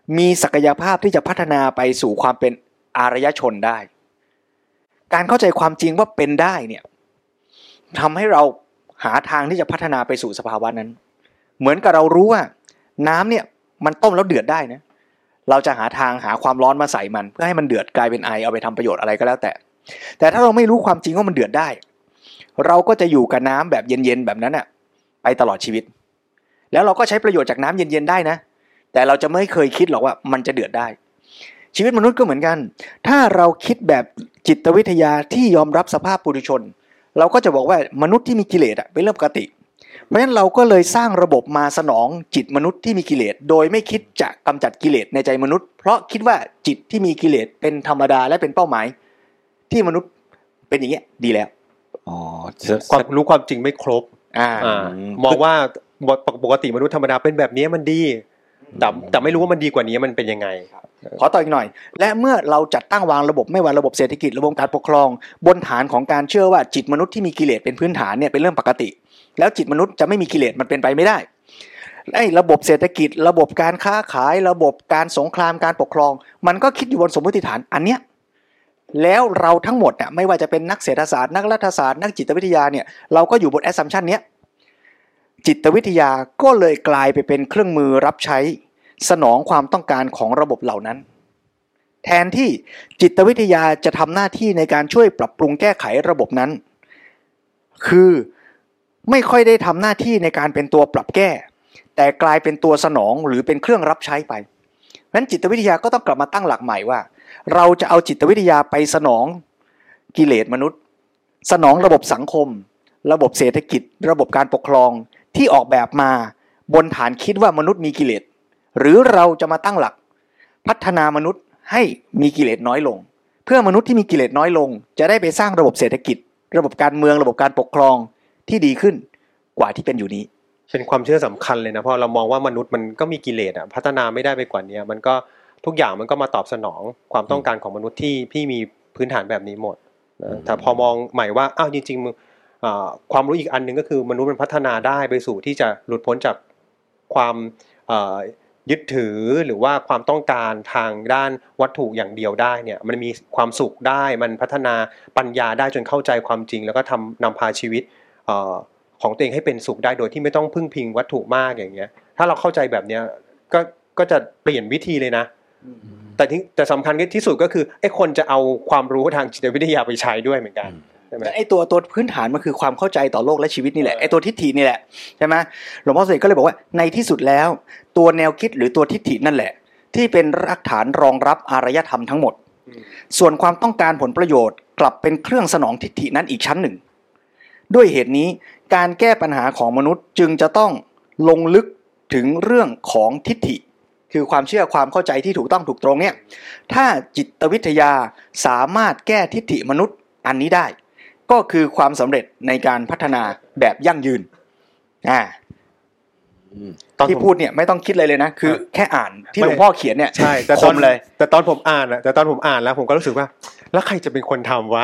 มีศักยภาพที่จะพัฒนาไปสู่ความเป็นอารยชนได้การเข้าใจความจริงว่าเป็นได้เนี่ยทำให้เราหาทางที่จะพัฒนาไปสู่สภาวะนั้นเหมือนกับเรารู้ว่าน้ำเนี่ยมันต้มแล้วเดือดได้นะเราจะหาทางหาความร้อนมาใส่มันเพื่อให้มันเดือดกลายเป็นไอเอาไปทำประโยชน์อะไรก็แล้วแต่ถ้าเราไม่รู้ความจริงว่ามันเดือดได้เราก็จะอยู่กับน้ำแบบเย็นๆแบบนั้นน่ะไปตลอดชีวิตแล้วเราก็ใช้ประโยชน์จากน้ำเย็นๆได้นะแต่เราจะไม่เคยคิดหรอกว่ามันจะเดือดได้ชีวิตมนุษย์ก็เหมือนกันถ้าเราคิดแบบจิตวิทยาที่ยอมรับสภาพปุถุชนเราก็จะบอกว่ามนุษย์ที่มีกิเลสเป็นเรื่องปกติเพราะฉะนั้นเราก็เลยสร้างระบบมาสนองจิตมนุษย์ที่มีกิเลสโดยไม่คิดจะกำจัดกิเลสในใจมนุษย์เพราะคิดว่าจิตที่มีกิเลสเป็นธรรมดาและเป็นเป้าหมายที่มนุษย์เป็นอย่างเงี้ยดีแล้วความรู้ความจริงไม่ครบมองว่าปกติมนุษย์ธรรมดาเป็นแบบนี้มันดีแต่ไม่รู้ว่ามันดีกว่านี้มันเป็นยังไงขอต่ออีกหน่อยและเมื่อเราจัดตั้งวางระบบไม่ว่าระบบเศรษฐกิจระบบการปกครองบนฐานของการเชื่อว่าจิตมนุษย์ที่มีกิเลสเป็นพื้นฐานเนี่ยเป็นเรื่องปกติแล้วจิตมนุษย์จะไม่มีกิเลสมันเป็นไปไม่ได้ไอ้ระบบเศรษฐกิจระบบการค้าขายระบบการสงครามการปกครองมันก็คิดอยู่บนสมมติฐานอันเนี้ยแล้วเราทั้งหมดเนี่ยไม่ว่าจะเป็นนักเศรษฐศาสตร์นักรัฐศาสตร์นักจิตวิทยาเนี่ยเราก็อยู่บนแอสซัมชันเนี้ยจิตวิทยาก็เลยกลายไปเป็นเครื่องมือรับใช้สนองความต้องการของระบบเหล่านั้นแทนที่จิตวิทยาจะทำหน้าที่ในการช่วยปรับปรุงแก้ไขระบบนั้นคือไม่ค่อยได้ทำหน้าที่ในการเป็นตัวปรับแก้แต่กลายเป็นตัวสนองหรือเป็นเครื่องรับใช้ไปเพราะฉะนั้นจิตวิทยาก็ต้องกลับมาตั้งหลักใหม่ว่าเราจะเอาจิตวิทยาไปสนองกิเลสมนุษย์สนองระบบสังคมระบบเศรษฐกิจระบบการปกครองที่ออกแบบมาบนฐานคิดว่ามนุษย์มีกิเลสหรือเราจะมาตั้งหลักพัฒนามนุษย์ให้มีกิเลสน้อยลงเพื่อมนุษย์ที่มีกิเลสน้อยลงจะได้ไปสร้างระบบเศรษฐกิจระบบการเมืองระบบการปกครองที่ดีขึ้นกว่าที่เป็นอยู่นี้เป็นความเชื่อสำคัญเลยนะเพราะเรามองว่ามนุษย์มันก็มีกิเลสพัฒนาไม่ได้ไปกว่านี้มันก็ทุกอย่างมันก็มาตอบสนองความต้องการของมนุษย์ที่มีพื้นฐานแบบนี้หมดแต่พอมองใหม่ว่าอ้าวจริงๆความรู้อีกอันนึงก็คือมนุษย์มันพัฒนาได้ไปสู่ที่จะหลุดพ้นจากความยึดถือหรือว่าความต้องการทางด้านวัตถุอย่างเดียวได้เนี่ยมันมีความสุขได้มันพัฒนาปัญญาได้จนเข้าใจความจริงแล้วก็นำพาชีวิตของตัวเองให้เป็นสุขได้โดยที่ไม่ต้องพึ่งพิงวัตถุมากอย่างเงี้ยถ้าเราเข้าใจแบบเนี้ยก็จะเปลี่ยนวิธีเลยนะแต่สำคัญที่สุดก็คือไอ้คนจะเอาความรู้ทางจิตวิทยาไปใช้ด้วยเหมือนกันไอ้ตัวพื้นฐานมันคือความเข้าใจต่อโลกและชีวิตนี่แหละไอ้ตัวทิฏฐินี่แหละใช่ไหมหลวงพ่อเสด็จก็เลยบอกว่าในที่สุดแล้วตัวแนวคิดหรือตัวทิฏฐินั่นแหละที่เป็นรากฐานรองรับอารยธรรมทั้งหมดส่วนความต้องการผลประโยชน์กลับเป็นเครื่องสนองทิฏฐินั้นอีกชั้นหนึ่งด้วยเหตุนี้การแก้ปัญหาของมนุษย์จึงจะต้องลงลึกถึงเรื่องของทิฏฐิคือความเชื่อความเข้าใจที่ถูกต้องถูกตรงเนี่ยถ้าจิตวิทยาสามารถแก้ทิฏฐิมนุษย์อันนี้ได้ก็คือความสำเร็จในการพัฒนาแบบยั่งยืนที่พูดเนี่ยไม่ต้องคิดเลยนะคือแค่อ่านที่หลวงพ่อเขียนเนี่ยใช่แต่ตอนผมอ่านแล้วผมก็รู้สึกว่าแล้วใครจะเป็นคนทำวะ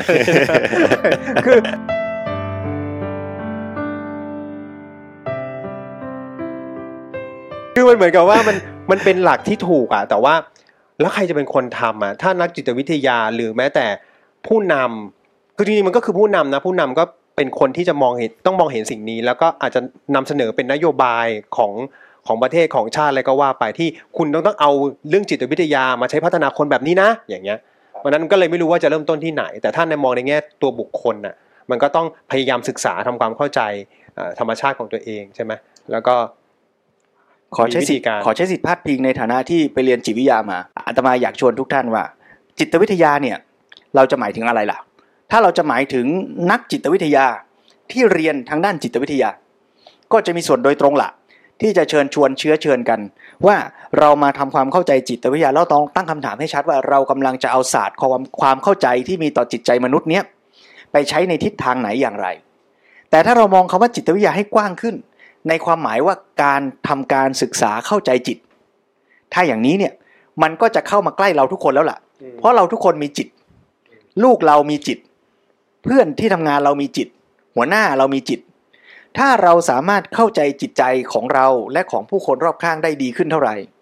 คือมันเหมือนกับว่ามันเป็นหลักที่ถูกแต่ว่าแล้วใครจะเป็นคนทำถ้านักจิตวิทยาหรือแม้แต่ผู้นำคือจริงๆมันก็คือผู้นำนะผู้นำก็เป็นคนที่จะต้องมองเห็นสิ่งนี้แล้วก็อาจจะนำเสนอเป็นนโยบายของประเทศของชาติอะไรก็ว่าไปที่คุณต้องเอาเรื่องจิตวิทยามาใช้พัฒนาคนแบบนี้นะอย่างเงี้ยวันนั้นก็เลยไม่รู้ว่าจะเริ่มต้นที่ไหนแต่ถ้าในมองในแง่ตัวบุคคลมันก็ต้องพยายามศึกษาทำความเข้าใจธรรมชาติของตัวเองใช่ไหมแล้วก็ขอใช้สิทธิ์พาดพิงในฐานะที่ไปเรียนจิตวิทยามาอาตมาอยากชวนทุกท่านว่าจิตวิทยาเนี่ยเราจะหมายถึงอะไรล่ะถ้าเราจะหมายถึงนักจิตวิทยาที่เรียนทางด้านจิตวิทยาก็จะมีส่วนโดยตรงละที่จะเชื้อเชิญกันว่าเรามาทำความเข้าใจจิตวิทยาแล้วต้องตั้งคำถามให้ชัดว่าเรากำลังจะเอาศาสตร์ความเข้าใจที่มีต่อจิตใจมนุษย์เนี้ยไปใช้ในทิศทางไหนอย่างไรแต่ถ้าเรามองคำว่าจิตวิทยาให้กว้างขึ้นในความหมายว่าการทำการศึกษาเข้าใจจิตถ้าอย่างนี้เนี่ยมันก็จะเข้ามาใกล้เราทุกคนแล้วล่ะเพราะเราทุกคนมีจิตลูกเรามีจิตเพื่อนที่ทำงานเรามีจิตหัวหน้าเรามีจิตถ้าเราสามารถเข้าใจจิตใจของเราและของผู้คนรอบข้างได้ดีขึ้นเท่าไหร่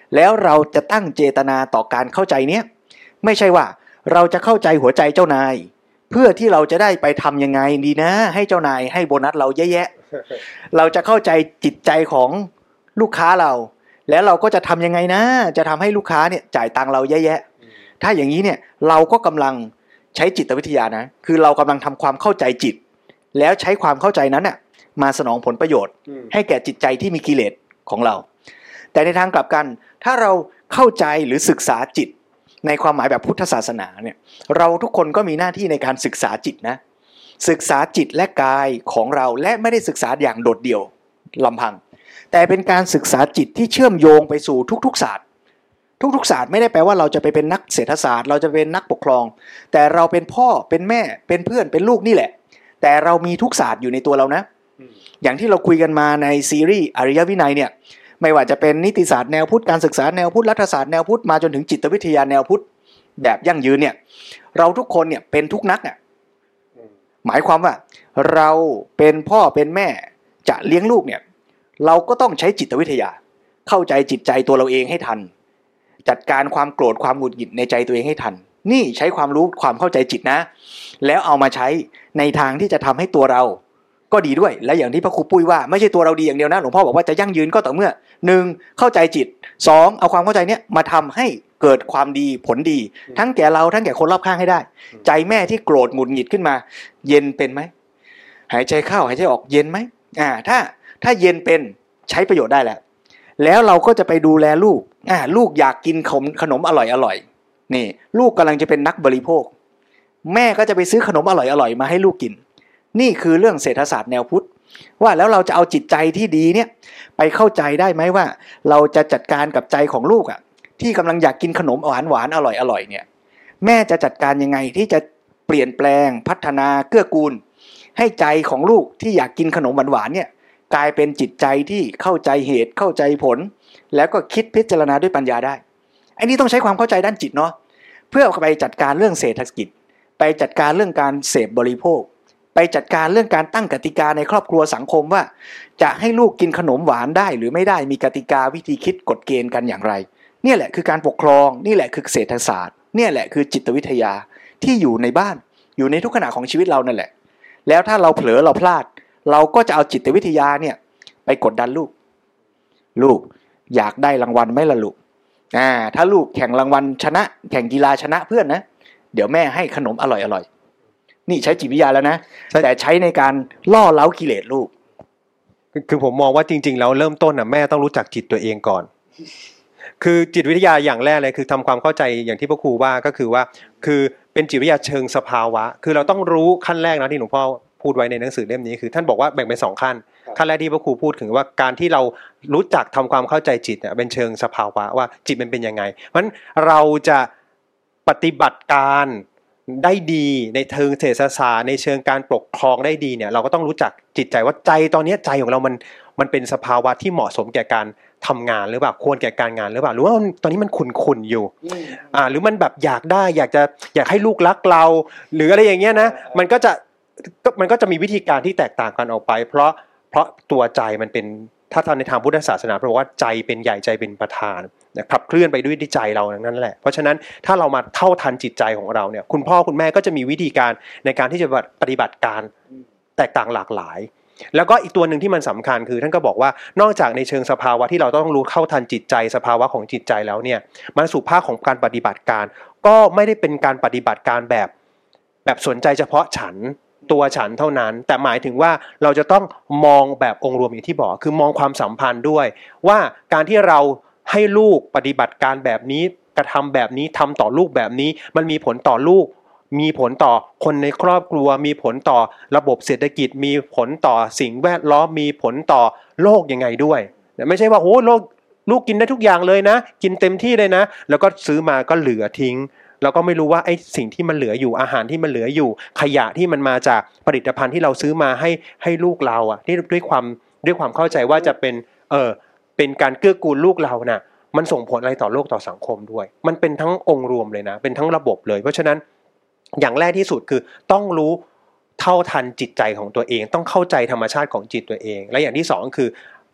แล้วเราจะตั้งเจตนาต่อการเข้าใจเนี้ยไม่ใช่ว่าเราจะเข้าใจหัวใจเจ้านายเพื่อที่เราจะได้ไปทำยังไงดีนะให้เจ้านายให้โบนัสเราแย่ๆเราจะเข้าใจจิตใจของลูกค้าเราแล้วเราก็จะทำยังไงนะจะทำให้ลูกค้าเนี่ยจ่ายตังค์เราแย่ๆถ้าอย่างนี้เนี่ยเราก็กำลังใช้จิตวิทยานะคือเรากำลังทำความเข้าใจจิตแล้วใช้ความเข้าใจนั้นน่ะมาสนองผลประโยชน์ให้แก่จิตใจที่มีกิเลสของเราแต่ในทางกลับกันถ้าเราเข้าใจหรือศึกษาจิตในความหมายแบบพุทธศาสนาเนี่ยเราทุกคนก็มีหน้าที่ในการศึกษาจิตนะศึกษาจิตและกายของเราและไม่ได้ศึกษาอย่างโดดเดี่ยวลำพังแต่เป็นการศึกษาจิตที่เชื่อมโยงไปสู่ทุกๆศาสตร์ทุกๆศาสตร์ไม่ได้แปลว่าเราจะไปเป็นนักเศรษฐศาสตร์เราจะเป็นนักปกครองแต่เราเป็นพ่อเป็นแม่เป็นเพื่อนเป็นลูกนี่แหละแต่เรามีทุกศาสตร์อยู่ในตัวเรานะอย่างที่เราคุยกันมาในซีรีส์อริยวินัยเนี่ยไม่ว่าจะเป็นนิติศาสตร์แนวพุทธการศึกษาแนวพุทธรัฐศาสตร์แนวพุทธมาจนถึงจิตวิทยาแนวพุทธแบบยั่งยืนเนี่ยเราทุกคนเนี่ยเป็นทุกนักอ่ะหมายความว่าเราเป็นพ่อเป็นแม่จะเลี้ยงลูกเนี่ยเราก็ต้องใช้จิตวิทยาเข้าใจจิตใจตัวเราเองให้ทันจัดการความโกรธความหงุดหงิดในใจตัวเองให้ทันนี่ใช้ความรู้ความเข้าใจจิตนะแล้วเอามาใช้ในทางที่จะทำให้ตัวเราก็ดีด้วยและอย่างที่พระครูปุ้ยว่าไม่ใช่ตัวเราดีอย่างเดียวนะหลวงพ่อบอกว่าจะยั่งยืนก็ต่อเมื่อ 1. เข้าใจจิต 2. เอาความเข้าใจเนี้ยมาทำให้เกิดความดีผลดีทั้งแก่เราทั้งแก่คนรอบข้างให้ได้ใจแม่ที่โกรธหงุดหงิดขึ้นมาเย็นเป็นไหมหายใจเข้าหายใจออกเย็นไหมถ้าเย็นเป็นใช้ประโยชน์ได้แล้วเราก็จะไปดูแลลูกลูกอยากกินขนมอร่อยนี่ลูกกำลังจะเป็นนักบริโภคแม่ก็จะไปซื้อขนมอร่อยมาให้ลูกกินนี่คือเรื่องเศรษฐศาสตร์แนวพุทธว่าแล้วเราจะเอาจิตใจที่ดีเนี่ยไปเข้าใจได้ไหมว่าเราจะจัดการกับใจของลูกที่กำลังอยากกินขนมหวานอร่อยเนี่ยแม่จะจัดการยังไงที่จะเปลี่ยนแปลงพัฒนาเกื้อกูลให้ใจของลูกที่อยากกินขนมหวานเนี่ยกลายเป็นจิตใจที่เข้าใจเหตุเข้าใจผลแล้วก็คิดพิจารณาด้วยปัญญาได้ไอ้นี่ต้องใช้ความเข้าใจด้านจิตเนาะเพื่อไปจัดการเรื่องเศรษฐกิจไปจัดการเรื่องการเสพบริโภคไปจัดการเรื่องการตั้งกติกาในครอบครัวสังคมว่าจะให้ลูกกินขนมหวานได้หรือไม่ได้มีกติกาวิธีคิดกฎเกณฑ์กันอย่างไรเนี่ยแหละคือการปกครองนี่แหละคือเศรษฐศาสตร์เนี่ยแหละคือจิตวิทยาที่อยู่ในบ้านอยู่ในทุกขณะของชีวิตเรานั่นแหละแล้วถ้าเราเผลอเราพลาดเราก็จะเอาจิตวิทยาเนี่ยไปกดดันลูกอยากได้รางวัลไหมล่ะลูกถ้าลูกแข่งรางวัลชนะแข่งกีฬาชนะเพื่อนนะเดี๋ยวแม่ให้ขนมอร่อยนี่ใช้จิตวิทยาแล้วนะแต่ใช้ในการล่อเล้ากิเลสลูกคือผมมองว่าจริงๆแล้วเริ่มต้นแม่ต้องรู้จักจิตตัวเองก่อนคือจิตวิทยาอย่างแรกเลยคือทำความเข้าใจอย่างที่พระครูว่าก็คือว่าคือเป็นจิตวิทยาเชิงสภาวะคือเราต้องรู้ขั้นแรกนะที่หลวงพ่อพูดไว้ในหนังสือเล่มนี้คือท่านบอกว่าแบ่งเป็น2ขั้นแรกที่พระครูพูดถึงว่าการที่เรารู้จักทำความเข้าใจจิตเนี่ยเป็นเชิงสภาวะว่าจิตมันเป็นยังไงเพราะฉะนั้นเราจะปฏิบัติการได้ดีในเชิงเศรษฐศาสตร์ในเชิงการปกครองได้ดีเนี่ยเราก็ต้องรู้จักจิตใจว่าใจตอนนี้ใจของเรามันเป็นสภาวะที่เหมาะสมแก่การทำงานหรือเปล่าควรแก่การงานหรือเปล่าหรือว่าตอนนี้มันขุ่นอยู่หรือมันแบบอยากได้อยากให้ลูกรักเราหรืออะไรอย่างเงี้ยนะมันก็จะมีวิธีการที่แตกต่างกันออกไปเพราะตัวใจมันเป็นถ้าในทางพุทธศาสนาบอกว่าใจเป็นใหญ่ใจเป็นประธานขับเคลื่อนไปด้วยใจเรานั่นแหละเพราะฉะนั้นถ้าเรามาเท่าทันจิตใจของเราเนี่ยคุณพ่อคุณแม่ก็จะมีวิธีการในการที่จะปฏิบัติการแตกต่างหลากหลายแล้วก็อีกตัวหนึ่งที่มันสำคัญคือท่านก็บอกว่านอกจากในเชิงสภาวะที่เราต้องรู้เข้าทันจิตใจสภาวะของจิตใจแล้วเนี่ยมันสู่ภาคของการปฏิบัติการก็ไม่ได้เป็นการปฏิบัติการแบบสนใจเฉพาะตัวฉันเท่านั้นแต่หมายถึงว่าเราจะต้องมองแบบองค์รวมอย่างที่บอกคือมองความสัมพันธ์ด้วยว่าการที่เราให้ลูกปฏิบัติการแบบนี้กระทำแบบนี้ทำต่อลูกแบบนี้มันมีผลต่อลูกมีผลต่อคนในครอบครัวมีผลต่อระบบเศรษฐกิจมีผลต่อสิ่งแวดล้อมมีผลต่อโลกยังไงด้วยไม่ใช่ว่าโอ้ลูกกินได้ทุกอย่างเลยนะกินเต็มที่เลยนะแล้วก็ซื้อมาก็เหลือทิ้งเราก็ไม่รู้ว่าไอ้สิ่งที่มันเหลืออยู่อาหารที่มันเหลืออยู่ขยะที่มันมาจากผลิตภัณฑ์ที่เราซื้อมาให้ลูกเราที่ด้วยความเข้าใจว่าจะเป็นการเกื้อกูลลูกเราน่ะมันส่งผลอะไรต่อโลกต่อสังคมด้วยมันเป็นทั้งองค์รวมเลยนะเป็นทั้งระบบเลยเพราะฉะนั้นอย่างแรกที่สุดคือต้องรู้เท่าทันจิตใจของตัวเองต้องเข้าใจธรรมชาติของจิตตัวเองและอย่างที่2คือ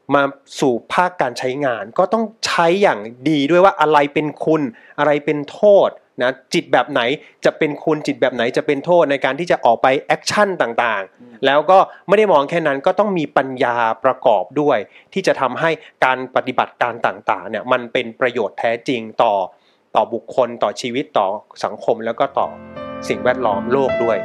มาสู่ภาคการใช้งานก็ต้องใช้อย่างดีด้วยว่าอะไรเป็นคุณอะไรเป็นโทษนะจิตแบบไหนจะเป็นคุณจิตแบบไหนจะเป็นโทษในการที่จะออกไปแอคชั่นต่างๆแล้วก็ไม่ได้มองแค่นั้นก็ต้องมีปัญญาประกอบด้วยที่จะทำให้การปฏิบัติการต่างๆเนี่ยมันเป็นประโยชน์แท้จริงต่อบุคคลต่อชีวิตต่อสังคมแล้วก็ต่อสิ่งแวดล้อมโลกด้วย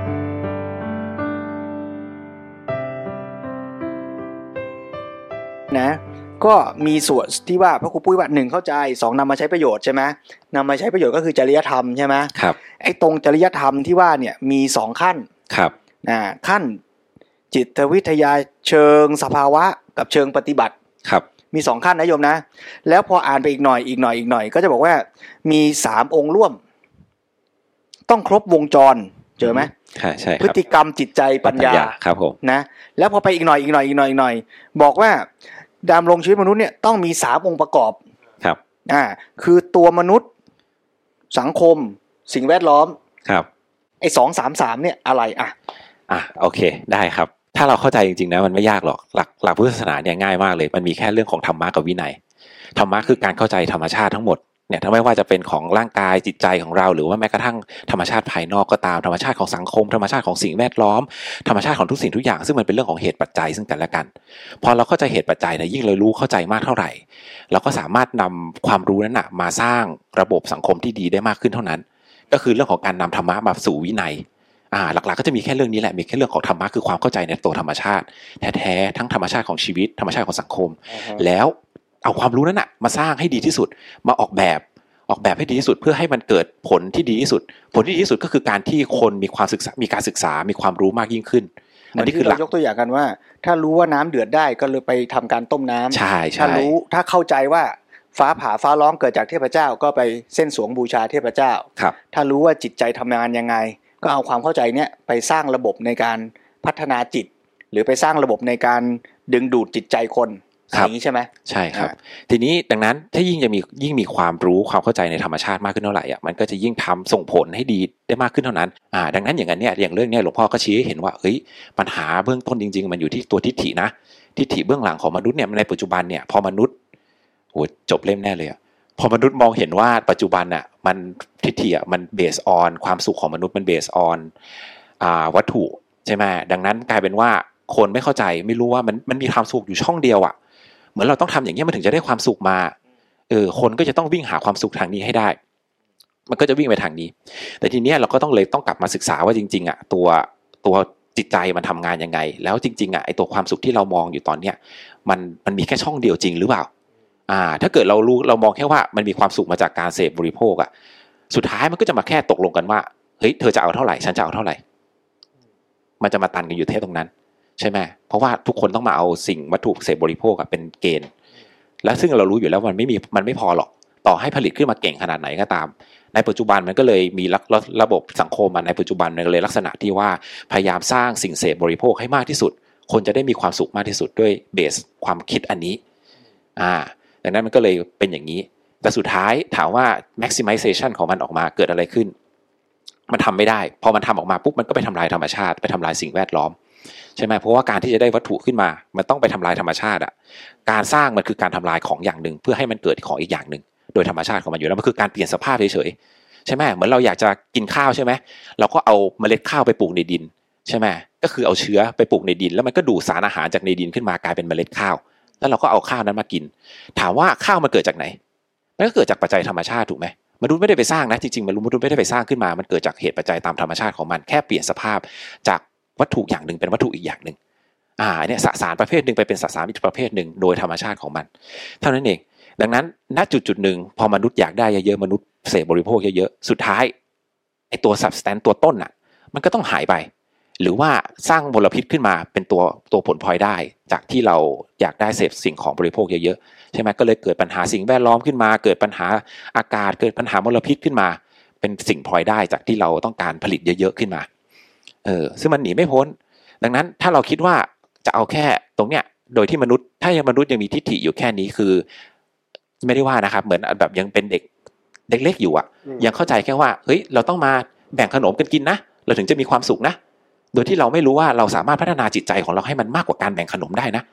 นะก็มีส่วนที่ว่าพระครูปุ้ยว่า1เข้าใจ2นำมาใช้ประโยชน์ใช่ไหมนำมาใช้ประโยชน์ก็คือจริยธรรมใช่ไหมครับไอ้ตรงจริยธรรมที่ว่าเนี่ยมี2ขั้นครับขั้นจิตวิทยาเชิงสภาวะกับเชิงปฏิบัติครับมี2ขั้นนะโยมนะแล้วพออ่านไปอีกหน่อยก็จะบอกว่ามี3องค์ร่วมต้องครบวงจรเจอไหมใช่พฤติกรรมจิตใจปัญญาครับผมนะแล้วพอไปอีกหน่อยบอกว่าดำรงชีวิตมนุษย์เนี่ยต้องมี3องค์ประกอบครับคือตัวมนุษย์สังคมสิ่งแวดล้อมครับไอ้2 3 3เนี่ยอะไรโอเคได้ครับถ้าเราเข้าใจจริงๆนะมันไม่ยากหรอกหลักพุทธศาสนาเนี่ยง่ายมากเลยมันมีแค่เรื่องของธรรมะกับวินัยธรรมะคือการเข้าใจธรรมชาติทั้งหมดเนี่ยถ้าไม่ว่าจะเป็นของร่างกายจิตใจของเราหรือว่าแม้กระทั่งธรรมชาติภายนอกก็ตามธรรมชาติของสังคมธรรมชาติของสิ่งแวดล้อมธรรมชาติของทุกสิ่งทุกอย่างซึ่งมันเป็นเรื่องของเหตุปัจจัยซึ่งกันและกันพอเราเข้าใจเหตุปัจจัยเนี่ยยิ่งเรารู้เข้าใจมากเท่าไหร่เราก็สามารถนำความรู้นั้นนะมาสร้างระบบสังคมที่ดีได้มากขึ้นเท่านั้นก็คือเรื่องของการนำธรรมะมาสู่วินัยหลักๆก็จะมีแค่เรื่องนี้แหละมีแค่เรื่องของธรรมะคือความเข้าใจในตัวธรรมชาติแท้ๆทั้งธรรมชาติของชีวิตธรรมชาติของสังคมแล้วเอาความรู้นั้นนะมาสร้างให้ดีที่สุดมาออกแบบให้ดีที่สุดเพื่อให้มันเกิดผลที่ดีที่สุดผลที่ดีที่สุดก็คือการที่คนมีความศึกษามีการศึกษามีความรู้มากยิ่งขึ้นอันนี้คือหลักยกตัวอย่างกันว่าถ้ารู้ว่าน้ำเดือดได้ก็เลยไปทำการต้มน้ำใช่ถ้าเข้าใจว่าฟ้าผ่าฟ้าร้องเกิดจากเทพเจ้าก็ไปเส้นสวงบูชาเทพเจ้าถ้ารู้ว่าจิตใจทำงานยังไงก็เอาความเข้าใจเนี้ยไปสร้างระบบในการพัฒนาจิตหรือไปสร้างระบบในการดึงดูดจิตใจคนอย่างนี้ใช่ไหมใช่ครับทีนี้ดังนั้นถ้ายิ่งมีความรู้ความเข้าใจในธรรมชาติมากขึ้นเท่าไหร่มันก็จะยิ่งทำส่งผลให้ดีได้มากขึ้นเท่านั้นดังนั้นอย่างนั้นเนี่ยอย่างเรื่องนี้หลวงพ่อก็ชี้ให้เห็นว่าปัญหาเบื้องต้นจริงๆมันอยู่ที่ตัวทิฏฐินะทิฏฐิเบื้องหลังของมนุษย์เนี่ยในปัจจุบันเนี่ยพอมนุษย์จบเล่มแน่เลยพอมนุษย์มองเห็นว่าปัจจุบันน่ะมันทิฏฐิมันเบสออนความสุขของมนุษย์มันเบสออนวัตถุใช่ไหมดังนั้นกลายเป็นว่าคนไม่เข้าใจไม่รู้ว่ามันมีความสุขอยู่ช่องเดียวเหมือนเราต้องทำอย่างนี้มันถึงจะได้ความสุขมาคนก็จะต้องวิ่งหาความสุขทางนี้ให้ได้มันก็จะวิ่งไปทางนี้แต่ทีนี้เราก็ต้องกลับมาศึกษาว่าจริงๆตัวจิตใจมันทำงานยังไงแล้วจริงๆไอ้ตัวความสุขที่เรามองอยู่ตอนเนี้ยมันมีแค่ช่องเดียวจริงหรือเปล่าถ้าเกิดเรามองแค่ว่ามันมีความสุขมาจากการเสพบริโภคสุดท้ายมันก็จะมาแค่ตกลงกันว่าเฮ้ยเธอจะเอาเท่าไหร่ฉันจะเอาเท่าไหร่มันจะมาตันกันอยู่แค่ตรงนั้นใช่ไหมเพราะว่าทุกคนต้องมาเอาสิ่งวัตถุเสพบริโภคเป็นเกณฑ์และซึ่งเรารู้อยู่แล้วมันไม่พอหรอกต่อให้ผลิตขึ้นมาเก่งขนาดไหนก็ตามในปัจจุบันมันก็เลยมีระบบสังคมในปัจจุบันมันเลยลักษณะที่ว่าพยายามสร้างสิ่งเสพบริโภคให้มากที่สุดคนจะได้มีความสุขมากที่สุดด้วยเบสความคิดอันนี้ดังนั้นมันก็เลยเป็นอย่างนี้แต่สุดท้ายถามว่า maximization ของมันออกมาเกิดอะไรขึ้นมันทำไม่ได้พอมันทำออกมาปุ๊บมันก็ไปทำลายธรรมชาติไปทำลายสิ่งแวดล้อมใช่ไหมเพราะว่าการที่จะได้วัตถุขึ้นมามันต้องไปทำลายธรรมชาติการสร้างมันคือการทำลายของอย่างหนึ่งเพื่อให้มันเกิดของอีกอย่างหนึ่งโดยธรรมชาติของมันอยู่แล้วมันคือการเปลี่ยนสภาพเฉยๆใช่ไหมเหมือนเราอยากจะกินข้าวใช่ไหมเราก็เอาเมล็ดข้าวไปปลูกในดินใช่ไหมก็คือเอาเชื้อไปปลูกในดินแล้วมันก็ดูดสารอาหารจากในดินขึ้นมากลายเป็นเมล็ดข้าวแล้วเราก็เอาข้าวนั้นมากินถามว่าข้าวมันเกิดจากไหนมันก็เกิดจากปัจจัยธรรมชาติถูกไหมมนุษย์ไม่ได้ไปสร้างนะจริงๆมนุษย์ไม่ได้ไปสร้างขึ้นมามันเกิดจากเหตุปัจจัยตามธรรมชาติของมันแค่เปลี่ยนสภาพจากวัตถุอย่างหนึ่งเป็นวัตถุอีกอย่างหนึ่งเนี่ยสสารประเภทหนึ่งไปเป็นสสารอีกประเภทหนึ่งโดยธรรมชาติของมันเท่านั้นเองดังนั้นณจุดหนึ่งพอมนุษย์อยากได้เยอะๆมนุษย์เสพบริโภคเยอะๆสุดท้ายไอ้ตัว substance ตัวต้นมันก็ต้องหายไปหรือว่าสร้างมลพิษขึ้นมาเป็นตัวผลพลอยได้จากที่เราอยากได้เสพสิ่งของบริโภคเยอะๆใช่ไหมก็เลยเกิดปัญหาสิ่งแวดล้อมขึ้นมาเกิดปัญหาอากาศเกิดปัญหามลพิษขึ้นมาเป็นสิ่งพลอยได้จากที่เราต้องการผลิตเยอะๆขึ้นมาซึ่งมันหนีไม่พ้นดังนั้นถ้าเราคิดว่าจะเอาแค่ตรงเนี้ยโดยที่มนุษย์ถ้ามนุษย์ยังมีทิฏฐิอยู่แค่นี้คือไม่ได้ว่านะครับเหมือนแบบยังเป็นเด็กเล็กอยู่ยังเข้าใจแค่ว่าเฮ้ยเราต้องมาแบ่งขนมกันกินนะเราถึงจะมีความสุขนะโดยที่เราไม่รู้ว่าเราสามารถพัฒนาจิตใจของเราให้มันมากกว่าการแบ่งขนมได้นะ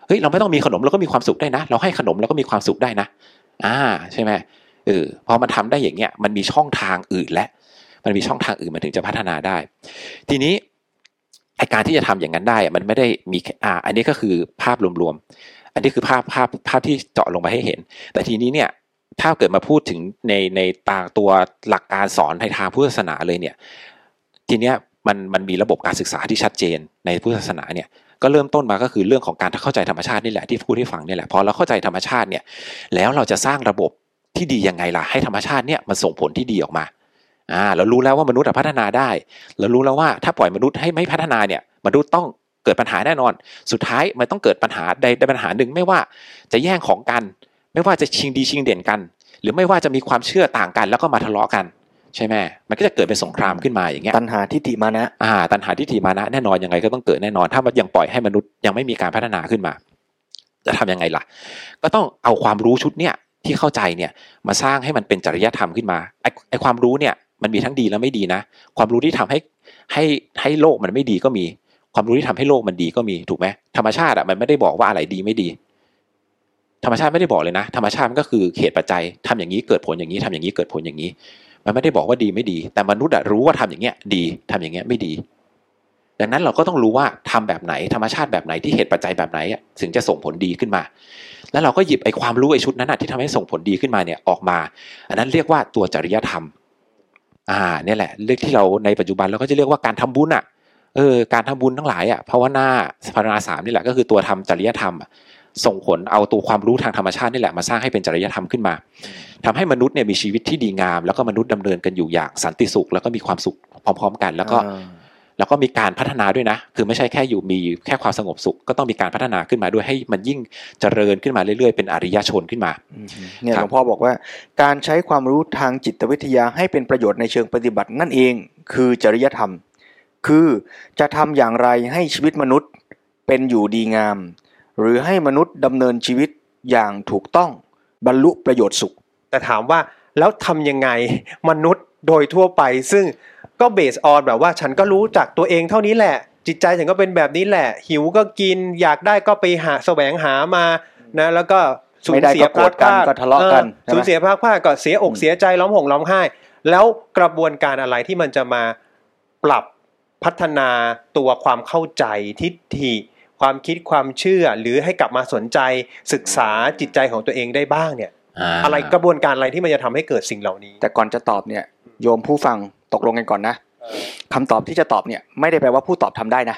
เฮ้ยเราไม่ต้องมีขนมเราก็มีความสุขได้นะเราให้ขนมเราก็มีความสุขได้นะใช่ไหมพอมันทำได้อย่างเงี้ยมันมีช่องทางอื่นและมันมีช่องทางอื่นมันถึงจะพัฒนาได้ทีนี้ไอการที่จะทำอย่างนั้นได้มันไม่ได้มีอันนี้ก็คือภาพรวมๆอันนี้คือภาพที่เจาะลงไปให้เห็นแต่ทีนี้เนี่ยถ้าเกิดมาพูดถึงในตาตัวหลักการสอนในทางพุทธศาสนาเลยเนี่ยทีเนี้ยมันมีระบบการศึกษาที่ชัดเจนในพุทธศาสนาเนี่ยก็เริ่มต้นมาก็คือเรื่องของการเข้าใจธรรมชาตินี่แหละที่พูดให้ฟังนี่แหละพอเราเข้าใจธรรมชาติเนี่ยแล้วเราจะสร้างระบบที่ดียังไงล่ะให้ธรรมชาติเนี่ยมันส่งผลที่ดีออกมาเรารู้แล้วว่ามนุษย์พัฒนาได้เรารู้แล้วว่าถ้าปล่อยมนุษย์ให้ไม่พัฒนาเนี่ยมนุษย์ต้องเกิดปัญหาแน่นอนสุดท้ายมันต้องเกิดปัญหาใดปัญหาหนึ่งไม่ว่าจะแย่งของกันไม่ว่าจะชิงดีชิงเด่นกันหรือไม่ว่าจะมีความเชื่อต่างกันแล้วก็มาทะเลาะกันใช่ไหมมันก็จะเกิดเป็นสงครามขึ้นมาอย่างเงี้ยตัณหาทิฏฐิมานะตัณหาทิฏฐิมานะแน่นอนยังไงก็ต้องเกิดแน่นอนถ้ามันยังปล่อยให้มนุษย์ยังไม่มีการพัฒนาขึ้นมาจะทำยังไงล่ะก็ต้องเอาความรู้ชุดเนี้ยที่เข้าใจเนี่ยมาสร้างให้มันเป็นจริยธรรมขึ้นมาไอความรู้เนี่ยมันมีทั้งดีและไม่ดีนะความรู้ที่ทำให้โลกมันไม่ดีก็มีความรู้ที่ทำให้โลกมันดีก็มีถูกไหมธรรมชาติมันไม่ได้บอกว่าอะไรดีไม่ดีธรรมชาติไม่ได้บอกเลยนะธรรมชาติมันก็คือเหตุปัจจัยทำอย่างนี้เกิดผลอย่างนี้ทำอย่างนี้เกิดผลอย่างนี้มันไม่ได้บอกว่าดีไม่ดีแต่มนุษย์รู้ว่าทำอย่างเงี้ยดีทำอย่างเงี้ยไม่ดีดังนั้นเราก็ต้องรู้ว่าทำแบบไหนธรรมชาติแบบไหนที่เหตุปัจจัยแบบไหนถึงจะส่งผลดีขึ้นมาแล้วเราก็หยิบไอ้ความรู้ไอ้ชุดนั้นที่ทำให้ส่งผลดีขึ้นมาเนี่ยออกมาอันนั้นเรียกว่าตัวจริยธรรมเนี่ยแหละเรื่องที่เราในปัจจุบันเราก็จะเรียกว่าการทำบุญการทำบุญทั้งหลายภาวนา3นี่แหละก็คือตัวทำจริยธรรมส่งผลเอาตัวความรู้ทางธรรมชาตินี่แหละมาสร้างให้เป็นจริยธรรมขึ้นมาทำให้มนุษย์เนี่ยมีชีวิตที่ดีงามแล้วก็มนุษย์ดำเนินกันอยู่อย่างสันติสุขแล้วก็มีความสุขพร้อมๆกันแล้วก็มีการพัฒนาด้วยนะคือไม่ใช่แค่อยู่มีแค่ความสงบสุขก็ต้องมีการพัฒนาขึ้นมาด้วยให้มันยิ่งเจริญขึ้นมาเรื่อยๆเป็นอริยชนขึ้นมาเนี่ยหลวงพ่อบอกว่าการใช้ความรู้ทางจิตวิทยาให้เป็นประโยชน์ในเชิงปฏิบัตินั่นเองคือจริยธรรมคือจะทำอย่างไรให้ชีวิตมนุษย์เป็นอยู่ดีงามหรือให้มนุษย์ดำเนินชีวิตอย่างถูกต้องบรรลุประโยชน์สุขแต่ถามว่าแล้วทำยังไงมนุษย์โดยทั่วไปซึ่งก็เบสออนแบบว่าฉันก็รู้จักตัวเองเท่านี้แหละจิตใจฉันก็เป็นแบบนี้แหละหิวก็กินอยากได้ก็ไปแสวงหามานะแล้วก็สูญเสียพลาดก็ทะเลาะกันสูญเสียพลาดก็เสียอกเสียใจร้องห่มร้องไห้แล้วกระบวนการอะไรที่มันจะมาปรับพัฒนาตัวความเข้าใจทิฏฐิความคิดความเชื่อหรือให้กลับมาสนใจศึกษาจิตใจของตัวเองได้บ้างเนี่ยอะไรกระบวนการอะไรที่มันจะทำให้เกิดสิ่งเหล่านี้แต่ก่อนจะตอบเนี่ยโยมผู้ฟังตกลงกันก่อนนะคำตอบที่จะตอบเนี่ยไม่ได้แปลว่าผู้ตอบทำได้นะ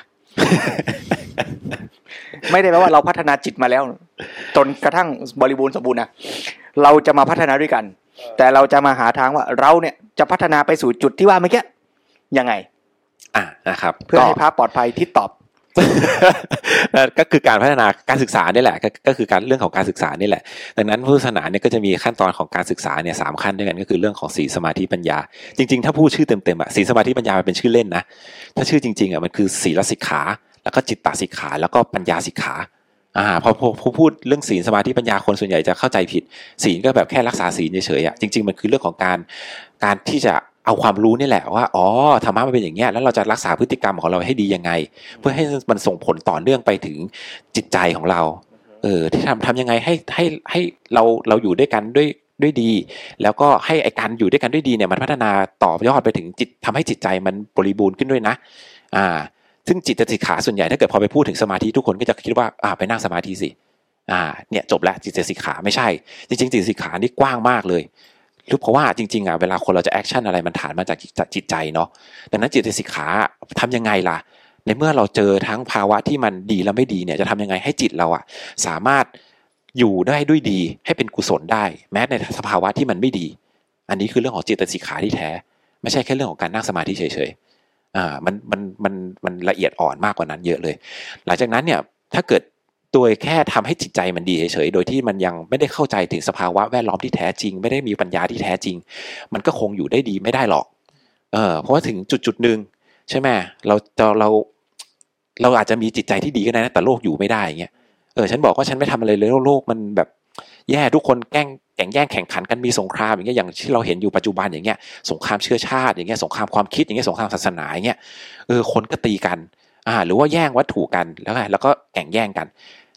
ไม่ได้แปลว่าเราพัฒนาจิตมาแล้วจนกระทั่งบริบูรณ์สมบูรณ์นะเราจะมาพัฒนาด้วยกันแต่เราจะมาหาทางว่าเราเนี่ยจะพัฒนาไปสู่จุดที่ว่าเมื่อกี้ยังไงนะครับเพื่อให้พระปลอดภัยที่ตอบก็คือการพัฒนาการศึกษานี่แหละก็คือการเรื่องของการศึกษานี่แหละดังนั้นพุทธศาสนาเนี่ยก็จะมีขั้นตอนของการศึกษาเนี่ย3ขั้นด้วยกันก็คือเรื่องของศีลสมาธิปัญญาจริงๆถ้าพูดชื่อเต็มๆศีลสมาธิปัญญามันเป็นชื่อเล่นนะถ้าชื่อจริงๆมันคือศีลสิกขาแล้วก็จิตตสิกขาแล้วก็ปัญญาสิกขาพอพูดเรื่องศีลสมาธิปัญญาคนส่วนใหญ่จะเข้าใจผิดศีลก็แบบแค่รักษาศีลเฉยๆจริงๆมันคือเรื่องของการที่จะเอาความรู้นี่แหละว่าธรรมะมันเป็นอย่างเงี้ยแล้วเราจะรักษาพฤติกรรมของเราให้ดียังไงเพื่อให้มันส่งผลต่อเนื่องไปถึงจิตใจของเราที่ทำยังไงให้เราอยู่ด้วยกันด้วยดีแล้วก็ให้ไอการอยู่ด้วยกันด้วยดีเนี่ยมันพัฒนาต่อยอดไปถึงจิตทำให้จิตใจมันบริบูรณ์ขึ้นด้วยนะซึ่งจิตสิกขาส่วนใหญ่ถ้าเกิดพอไปพูดถึงสมาธิทุกคนก็จะคิดว่าไปนั่งสมาธิสิเนี่ยจบแล้วจิตสิกขาไม่ใช่จริงๆจิตสิกขานี่กว้างมากเลยเพราะว่าจริงๆเวลาคนเราจะแอคชั่นอะไรมันฐานมาจากจิตใจเนาะดังนั้นจิตสิกขาทำยังไงล่ะในเมื่อเราเจอทั้งภาวะที่มันดีและไม่ดีเนี่ยจะทำยังไงให้จิตเราสามารถอยู่ได้ด้วยดีให้เป็นกุศลได้แม้ในสภาวะที่มันไม่ดีอันนี้คือเรื่องของจิตสิกขาที่แท้ไม่ใช่แค่เรื่องของการนั่งสมาธิเฉยๆมันละเอียดอ่อนมากกว่านั้นเยอะเลยหลังจากนั้นเนี่ยถ้าเกิดโดยแค่ทำให้จิตใจมันดีเฉยๆโดยที่มันยังไม่ได้เข้าใจถึงสภาวะแวดล้อมที่แท้จริงไม่ได้มีปัญญาที่แท้จริงมันก็คงอยู่ได้ดีไม่ได้หรอกเพราะว่าถึงจุดๆนึงใช่ไหมเราอาจจะมีจิตใจที่ดีก็ได้นะแต่โลกอยู่ไม่ได้อย่างเงี้ยฉันบอกว่าฉันไม่ทำอะไรเลยโลกมันแบบแย่ทุกคนแข่งแย่งแข่งขันกันมีสงครามอย่างเงี้ยอย่างที่เราเห็นอยู่ปัจจุบันอย่างเงี้ยสงครามเชื้อชาติอย่างเงี้ยสงครามความคิดอย่างเงี้ยสงครามศาสนาอย่างเงี้ยคนก็ตีกันหรือว่าแย่งวัตถุกันแล้วก็แข่งแย่งกัน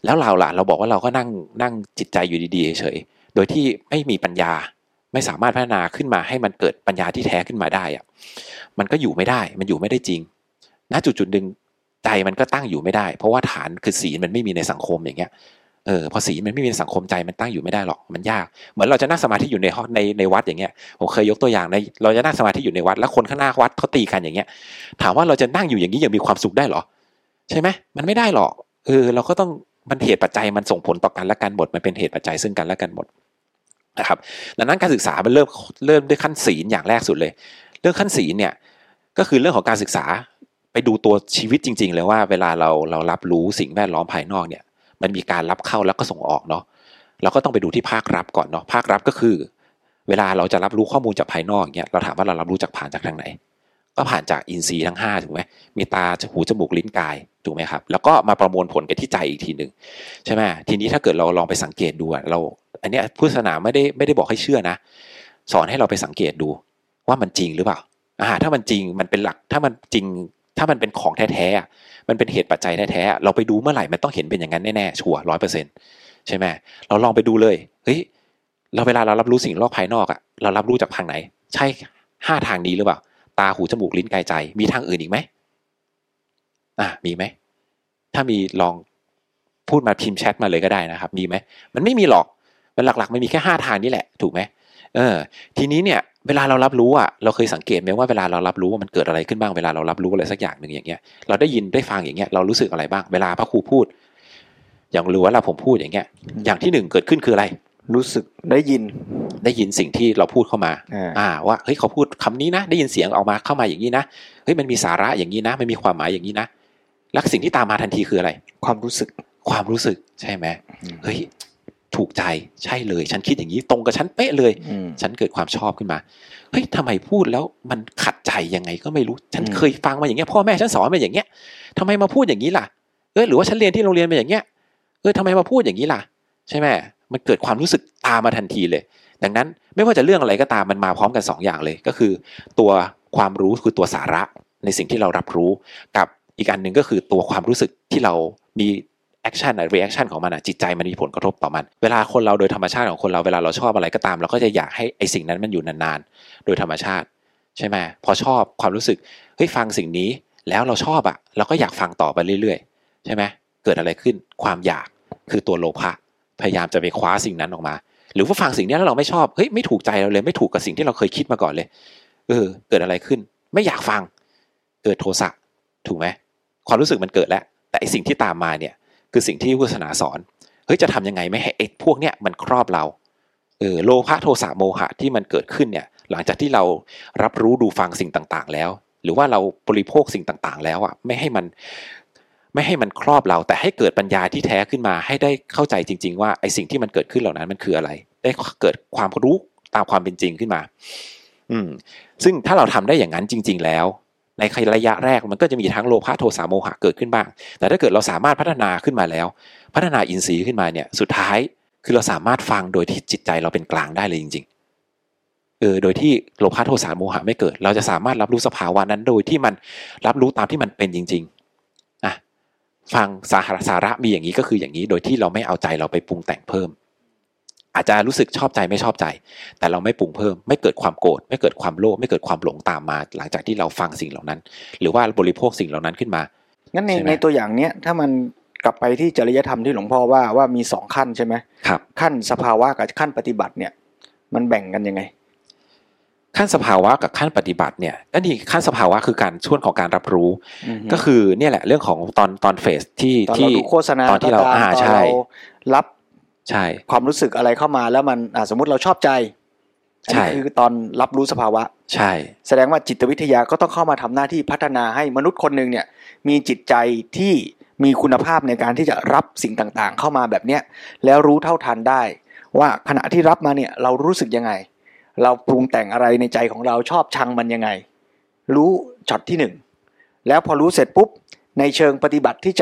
แล้วเราล่ะเราบอกว่าเราก็นั่งจิตใจอยู่ดีๆเฉยๆโดยที่ไม่มีปัญญาไม่สามารถพัฒนาขึ้นมาให้มันเกิดปัญญาที่แท้ขึ้นมาได้อะมันก็อยู่ไม่ได้มันอยู่ไม่ได้จริงณจุดๆนึงใจมันก็ตั้งอยู่ไม่ได้เพราะว่าฐานคือศีลมันไม่มีในสังคมอย่างเงี้ยพอศีลมันไม่มีในสังคมใจมันตั้งอยู่ไม่ได้หรอกมันยากเหมือนเราจะนั่งสมาธิอยู่ในวัดอย่างเงี้ยผมเคยยกตัวอย่างในเราจะนั่งสมาธิอยู่ในวัดแล้วคนข้างหน้าวัดเขาตีกันอย่างเงี้ยถามว่าเราจะนั่งอยู่อย่างนี้อย่างมีความสุขได้หรอใช่ไหมมันไม่ได้หรอกเราก็ต้องมันเหตุปัจจัยมันส่งผลต่อกันและกันหมดมันเป็นเหตุปัจจัยซึ่งกันและกันหมดนะครับดังนั้นการศึกษามันเริ่มด้วยขั้นศีลอย่างแรกสุดเลยเรื่องขั้นศีลเนี่ยก็คือเรื่องของการศึกษาไปดูตัวชีวิตจริงๆเลยว่าเวลาเรารับรู้สิ่งแวดล้อมภายนอกเนี่ยมันมีการรับเข้าแล้วก็ส่งออกเนาะเราก็ต้องไปดูที่ภาครับก่อนเนาะภาครับก็คือเวลาเราจะรับรู้ข้อมูลจากภายนอกอย่างเงี้ยเราถามว่าเรารับรู้จากผ่านจากทางไหนก็ผ่านจากอินทรีย์ทั้ง5ถูกไหมมีตาหูจมูกลิ้นกายถูกไหมครับแล้วก็มาประมวลผลกันที่ใจอีกทีนึงใช่ไหมทีนี้ถ้าเกิดเราลองไปสังเกตดูเราอันนี้พุทธศาสนาไม่ได้บอกให้เชื่อนะสอนให้เราไปสังเกตดูว่ามันจริงหรือเปล่าถ้ามันจริงมันเป็นหลักถ้ามันจริงถ้ามันเป็นของแท้ๆมันเป็นเหตุปัจจัยแท้ๆเราไปดูเมื่อไหร่มันต้องเห็นเป็นอย่างนั้นแน่ๆชัวร์ 100% ใช่ไหมเราลองไปดูเลยเฮ้ยเวลาเรารับรู้สิ่งรอบภายนอกอ่ะเรารับรู้จากทางไหนใช่5ทางนี้หรือเปล่าตาหูจมูกลิ้นกายใจมีทางอื่นอีกไหมมีไหมถ้ามีลองพูดมาพิมพ์แชทมาเลยก็ได้นะครับมีไหมมันไม่มีหรอกมันหลักๆไม่มีแค่5ทางนี้แหละถูกไหมทีนี้เนี่ยเวลาเรารับรู้อ่ะเราเคยสังเกตไหมว่าเวลาเรารับรู้ว่ามันเกิดอะไรขึ้นบ้างเวลาเรารับรู้อะไรสักอย่างหนึ่งอย่างเงี้ยเราได้ยินได้ฟังอย่างเงี้ยเรารู้สึกอะไรบ้างเวลาพระครูพูดอย่างหรือว่าเราผมพูดอย่างเงี้ยอย่างที่1เกิดขึ้นคืออะไรรู้สึกได้ยินสิ่งที่เราพูดเข้ามาว่าเฮ้ยเขาพูดคำนี้นะได้ยินเสียงออกมาเข้ามาอย่างนี้นะเฮ้ยมันมีสาระอย่างนี้นะมันมีความหมายอย่างนี้นะแล้วสิ่งที่ตามมาทันทีคืออะไรความรู้สึกใช่ไหมเฮ้ยถูกใจใช่เลยฉันคิดอย่างนี้ตรงกับฉันเป๊ะเลยฉันเกิดความชอบขึ้นมาเฮ้ยทำไมพูดแล้วมันขัดใจยังไงก็ไม่รู้ฉันเคยฟังมาอย่างเงี้ยพ่อแม่ฉันสอนมาอย่างเงี้ยทำไมมาพูดอย่างนี้ล่ะหรือว่าฉันเรียนที่โรงเรียนมาอย่างเงี้ยทำไมมาพูดอย่างนี้ล่ะใช่ไหมมันเกิดความรู้สึกตามมาทันทีเลยดังนั้นไม่ว่าจะเรื่องอะไรก็ตามมันมาพร้อมกัน2อย่างเลยก็คือตัวความรู้คือตัวสาระในสิ่งที่เรารับรู้กับอีกอันนึงก็คือตัวความรู้สึกที่เรามีแอคชั่นรีแอคชั่นของมันจิตใจมันมีผลกระทบต่อมันเวลาคนเราโดยธรรมชาติของคนเราเวลาเราชอบอะไรก็ตามเราก็จะอยากให้ไอ้สิ่งนั้นมันอยู่นานๆโดยธรรมชาติใช่ไหมพอชอบความรู้สึกเฮ้ยฟังสิ่งนี้แล้วเราชอบเราก็อยากฟังต่อไปเรื่อยๆใช่ไหมเกิดอะไรขึ้นความอยากคือตัวโลภะพยายามจะไปคว้าสิ่งนั้นออกมาหรือว่าฟังสิ่งนี้แล้วเราไม่ชอบเฮ้ยไม่ถูกใจเราเลยไม่ถูกกับสิ่งที่เราเคยคิดมาก่อนเลยเกิดอะไรขึ้นไม่อยากฟังเกิดโทสะถูกไหมความรู้สึกมันเกิดแล้วแต่ไอ้สิ่งที่ตามมาเนี่ยคือสิ่งที่พุทธศาสนาสอนเฮ้ยจะทำยังไงไม่ให้ไอ้พวกเนี้ยมันครอบเราโลภะโทสะโมหะที่มันเกิดขึ้นเนี่ยหลังจากที่เรารับรู้ดูฟังสิ่งต่างๆแล้วหรือว่าเราบริโภคสิ่งต่างๆแล้วไม่ให้มันครอบเราแต่ให้เกิดปัญญาที่แท้ขึ้นมาให้ได้เข้าใจจริงๆว่าไอ้สิ่งที่มันเกิดขึ้นเหล่านั้นมันคืออะไรได้เกิดความรู้ตามความเป็นจริงขึ้นมาซึ่งถ้าเราทำได้อย่างนั้นจริงๆแล้วในระยะแรกมันก็จะมีทั้งโลภะโทสะโมหะเกิดขึ้นบ้างแต่ถ้าเกิดเราสามารถพัฒนาขึ้นมาแล้วพัฒนาอินทรีย์ขึ้นมาเนี่ยสุดท้ายคือเราสามารถฟังโดยที่จิตใจเราเป็นกลางได้เลยจริงๆโดยที่โลภะโทสะโมหะไม่เกิดเราจะสามารถรับรู้สภาวะนั้นโดยที่มันรับรู้ตามที่มันเป็นจริงๆฟังสาระมีอย่างนี้ก็คืออย่างนี้โดยที่เราไม่เอาใจเราไปปรุงแต่งเพิ่มอาจจะรู้สึกชอบใจไม่ชอบใจแต่เราไม่ปรุงเพิ่มไม่เกิดความโกรธไม่เกิดความโลภไม่เกิดความหลงตามมาหลังจากที่เราฟังสิ่งเหล่านั้นหรือว่าบริโภคสิ่งเหล่านั้นขึ้นมางั้นในตัวอย่างเนี้ยถ้ามันกลับไปที่จริยธรรมที่หลวงพ่อว่ามี2ขั้นใช่ไหมครับขั้นสภาวะกับขั้นปฏิบัติเนี่ยมันแบ่งกันยังไงขั้นสภาวะกับขั้นปฏิบัติเนี่ยก็นี่ขั้นสภาวะคือการช่วงของการรับรู้ก็คือเนี่ยแหละเรื่องของตอนเฟสที่โฆษณาตอนที่เราใช่รับใช่ความรู้สึกอะไรเข้ามาแล้วมันสมมุติเราชอบใจอันนี้คือตอนรับรู้สภาวะใช่แสดงว่าจิตวิทยาก็ต้องเข้ามาทำหน้าที่พัฒนาให้มนุษย์คนนึงเนี่ยมีจิตใจที่มีคุณภาพในการที่จะรับสิ่งต่างๆเข้ามาแบบเนี้ยแล้วรู้เท่าทันได้ว่าขณะที่รับมาเนี่ยเรารู้สึกยังไงเราปรุงแต่งอะไรในใจของเราชอบชังมันยังไงรู้ช็อตที่1แล้วพอรู้เสร็จปุ๊บในเชิงปฏิบัติที่จะ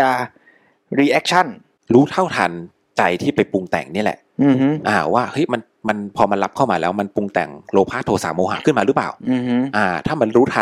reaction รู้เท่าทันใจที่ไปปรุงแต่งนี่แหละว่าเฮ้ยมันพอมันรับเข้ามาแล้วมันปรุงแต่งโลภะโทสะโมหะขึ้นมาหรือเปล่าถ้ามันรู้ทัน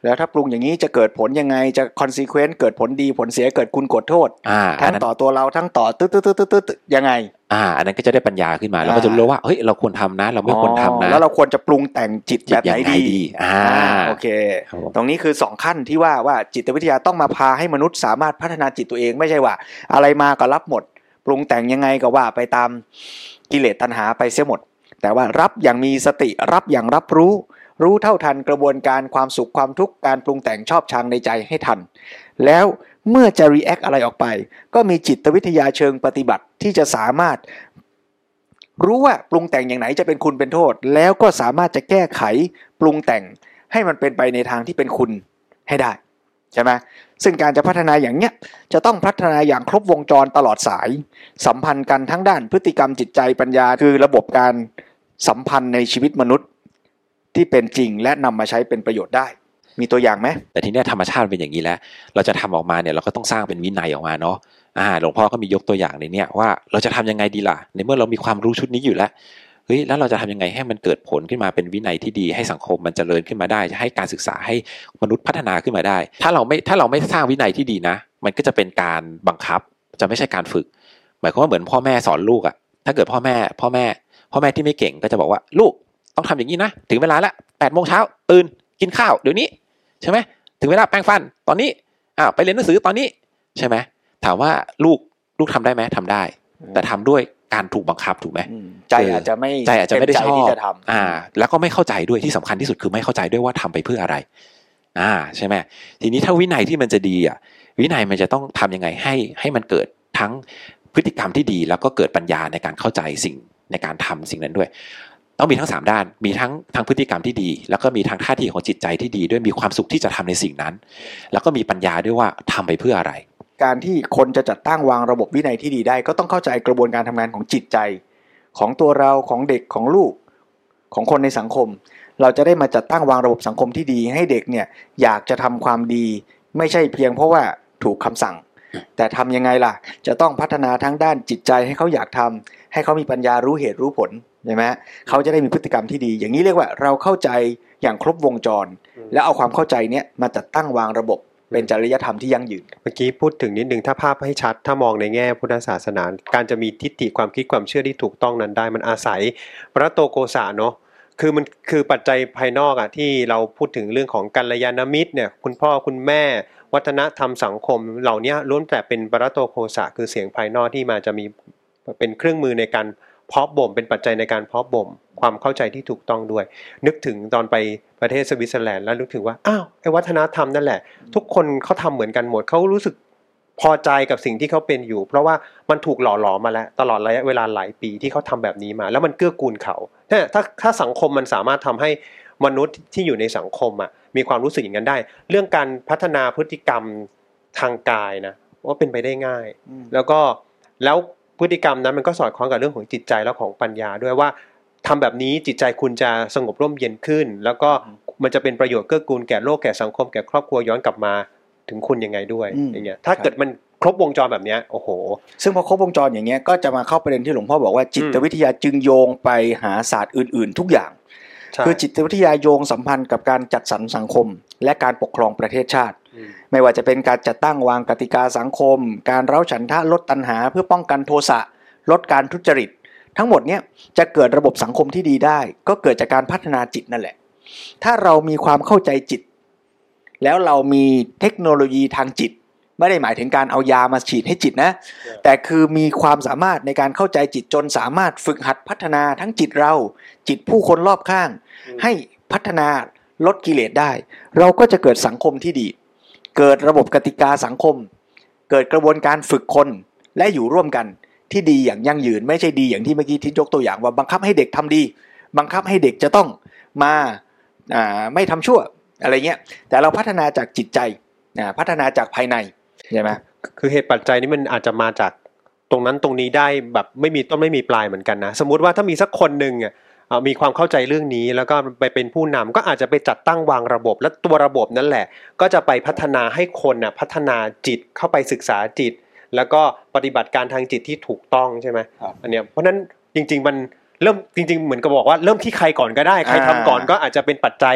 แล้วถ้าปรุงอย่างนี้จะเกิดผลยังไงจะ consequence เกิดผลดีผลเสียเกิดคุณกดโทษทั้งต่อตัวเราทั้งต่อตึ๊ดยังไงอันนั้นก็จะได้ปัญญาขึ้นมาแล้วก็จะรู้ว่าเฮ้ยเราควรทำนะเราไม่ควรทำนะแล้วเราควรจะปรุงแต่งจิตแบบไหนดีโอเคตรงนี้คือ2ขั้นที่ว่าจิตวิทยาต้องมาพาให้มนุษย์สามารถพัฒนาจิตตัวเองไม่ใช่ว่าอะไรมาก็รับหมดปรุงแต่งยังไงก็ว่าไปตามกิเลสตัณหาไปเสียหมดแต่ว่ารับอย่างมีสติรับอย่างรับรู้เท่าทันกระบวนการความสุขความทุกข์การปรุงแต่งชอบชังในใจให้ทันแล้วเมื่อจะ react อะไรออกไปก็มีจิตวิทยาเชิงปฏิบัติที่จะสามารถรู้ว่าปรุงแต่งอย่างไหนจะเป็นคุณเป็นโทษแล้วก็สามารถจะแก้ไขปรุงแต่งให้มันเป็นไปในทางที่เป็นคุณให้ได้ใช่ไหมซึ่งการจะพัฒนาอย่างเนี้ยจะต้องพัฒนาอย่างครบวงจรตลอดสายสัมพันธ์กันทั้งด้านพฤติกรรมจิตใจปัญญาคือระบบการสัมพันธ์ในชีวิตมนุษย์ที่เป็นจริงและนำมาใช้เป็นประโยชน์ได้มีตัวอย่างไหมแต่ทีนี้ธรรมชาติเป็นอย่างนี้แล้วเราจะทำออกมาเนี่ยเราก็ต้องสร้างเป็นวินัยออกมาเนาะหลวงพ่อก็มียกตัวอย่างในเนี้ยว่าเราจะทำยังไงดีล่ะในเมื่อเรามีความรู้ชุดนี้อยู่แล้วเฮ้ยแล้วเราจะทำยังไงให้มันเกิดผลขึ้นมาเป็นวินัยที่ดีให้สังคมมันเจริญขึ้นมาได้จะให้การศึกษาให้มนุษย์พัฒนาขึ้นมาได้ถ้าเราไม่สร้างวินัยที่ดีนะมันก็จะเป็นการบังคับจะไม่ใช่การฝึกหมายความว่าเหมือนพ่อแม่สอนลูกอะถ้าเกิดพ่อแม่ที่ไม่เก่งก็จะบอกว่าลูกต้องทำอย่างนี้นะถึงเวลาละ 8:00 นตื่นกินข้าวเดี๋ยวนี้ใช่ไหมถึงเวลาแปรงฟันตอนนี้ไปเรียนหนังสือตอนนี้ใช่ไหมถามว่าลูกทำได้ไหมทำได้แต่ทำด้วยการถูกบังคับถูกไหมใจอาจจะไม่ได้ชอบแล้วก็ไม่เข้าใจด้วยที่สำคัญที่สุดคือไม่เข้าใจด้วยว่าทำไปเพื่ออะไรใช่ไหมทีนี้ถ้าวินัยที่มันจะดีวินัยมันจะต้องทำยังไงให้มันเกิดทั้งพฤติกรรมที่ดีแล้วก็เกิดปัญญาในการเข้าใจสิ่งในการทำสิ่งนั้นด้วยต้องมีทั้ง3ด้านมีทั้งพฤติกรรมที่ดีแล้วก็มีทั้งท่าทีของจิตใจที่ดีด้วยมีความสุขที่จะทำในสิ่งนั้นแล้วก็มีปัญญาด้วยว่าทำไปเพื่ออะไรการที่คนจะจัดตั้งวางระบบวินัยที่ดีได้ก็ต้องเข้าใจกระบวนการทำงานของจิตใจของตัวเราของเด็กของลูกของคนในสังคมเราจะได้มาจัดตั้งวางระบบสังคมที่ดีให้เด็กเนี่ยอยากจะทำความดีไม่ใช่เพียงเพราะว่าถูกคำสั่งแต่ทำยังไงล่ะจะต้องพัฒนาทั้งด้านจิตใจให้เขาอยากทำให้เขามีปัญญารู้เหตุรู้ผลใช่ไหมเขาจะได้มีพฤติกรรมที่ดีอย่างนี้เรียกว่าเราเข้าใจอย่างครบวงจรแล้วเอาความเข้าใจเนี้ยมาจัดตั้งวางระบบเป็นจริยธรรมที่ยั่งยืนเมื่อกี้พูดถึงนิดนึงถ้าภาพให้ชัดถ้ามองในแง่พุทธศาสนาการจะมีทิฏฐิความคิดความเชื่อที่ถูกต้องนั้นได้มันอาศัยพระโตโกสะเนาะคือมันคือปัจจัยภายนอกที่เราพูดถึงเรื่องของกัลยาณมิตรเนี่ยคุณพ่อคุณแม่วัฒนธรรมสังคมเหล่านี้ล้วนแต่เป็นพระโตโกสะคือเสียงภายนอกที่มาจะมีเป็นเครื่องมือในการเพาะบ่มเป็นปัจจัยในการเพาะบ่มความเข้าใจที่ถูกต้องด้วยนึกถึงตอนไปประเทศสวิตเซอร์แลนด์แล้วนึกถึงว่าไอ้วัฒนธรรมนั่นแหละทุกคนเขาทำเหมือนกันหมดเขารู้สึกพอใจกับสิ่งที่เขาเป็นอยู่เพราะว่ามันถูกหล่อหลอมมาแล้วตลอดระยะเวลาหลายปีที่เขาทำแบบนี้มาแล้วมันเกื้อกูลเขาถ้าสังคมมันสามารถทำให้มนุษย์ที่อยู่ในสังคมมีความรู้สึกอย่างนั้นได้เรื่องการพัฒนาพฤติกรรมทางกายนะว่าเป็นไปได้ง่ายแล้วพฤติกรรมนั้นมันก็สอดคล้องกับเรื่องของจิตใจและของปัญญาด้วยว่าทำแบบนี้จิตใจคุณจะสงบร่มเย็นขึ้นแล้วก็มันจะเป็นประโยชน์เกื้อกูลแก่โลกแก่สังคมแก่ครอบครัวย้อนกลับมาถึงคุณยังไงด้วยอย่างเงี้ยถ้าเกิดมันครบวงจรแบบเนี้ยโอ้โหซึ่งพอครบวงจรอย่างเงี้ยก็จะมาเข้าประเด็นที่หลวงพ่อบอกว่าจิตวิทยาจึงโยงไปหาศาสตร์อื่นๆทุกอย่างคือจิตวิทยาโยงสัมพันธ์กับการจัดสรรสังคมและการปกครองประเทศชาติไม่ว่าจะเป็นการจัดตั้งวางกติกาสังคมการเร้าฉันทะลดตัณหาเพื่อป้องกันโทสะลดการทุจริตทั้งหมดเนี้ยจะเกิดระบบสังคมที่ดีได้ก็เกิดจากการพัฒนาจิตนั่นแหละถ้าเรามีความเข้าใจจิตแล้วเรามีเทคโนโลยีทางจิตไม่ได้หมายถึงการเอายามาฉีดให้จิตนะแต่คือมีความสามารถในการเข้าใจจิตจนสามารถฝึกหัดพัฒนาทั้งจิตเราจิตผู้คนรอบข้างให้พัฒนาลดกิเลสได้เราก็จะเกิดสังคมที่ดีเกิดระบบกติกาสังคมเกิดกระบวนการฝึกคนและอยู่ร่วมกันที่ดีอย่างยั่งยืนไม่ใช่ดีอย่างที่เมื่อกี้ที่ยกตัวอย่างว่าบังคับให้เด็กทำดีบังคับให้เด็กจะต้องมาไม่ทำชั่วอะไรเงี้ยแต่เราพัฒนาจากจิตใจพัฒนาจากภายในใช่ไหมคือเหตุปัจจัยนี้มันอาจจะมาจากตรงนั้นตรงนี้ได้แบบไม่มีต้นไม่มีปลายเหมือนกันนะสมมุติว่าถ้ามีสักคนนึงมีความเข้าใจเรื่องนี้แล้วก็ไปเป็นผู้นำก็อาจจะไปจัดตั้งวางระบบและตัวระบบนั่นแหละก็จะไปพัฒนาให้คนพัฒนาจิตเข้าไปศึกษาจิตแล้วก็ปฏิบัติการทางจิตที่ถูกต้องใช่ไหมอันเนี้ยเพราะนั้นจริงๆมันเริ่มจริงๆเหมือนกับบอกว่าเริ่มที่ใครก่อนก็ได้ใครทำก่อนก็อาจจะเป็นปัจจัย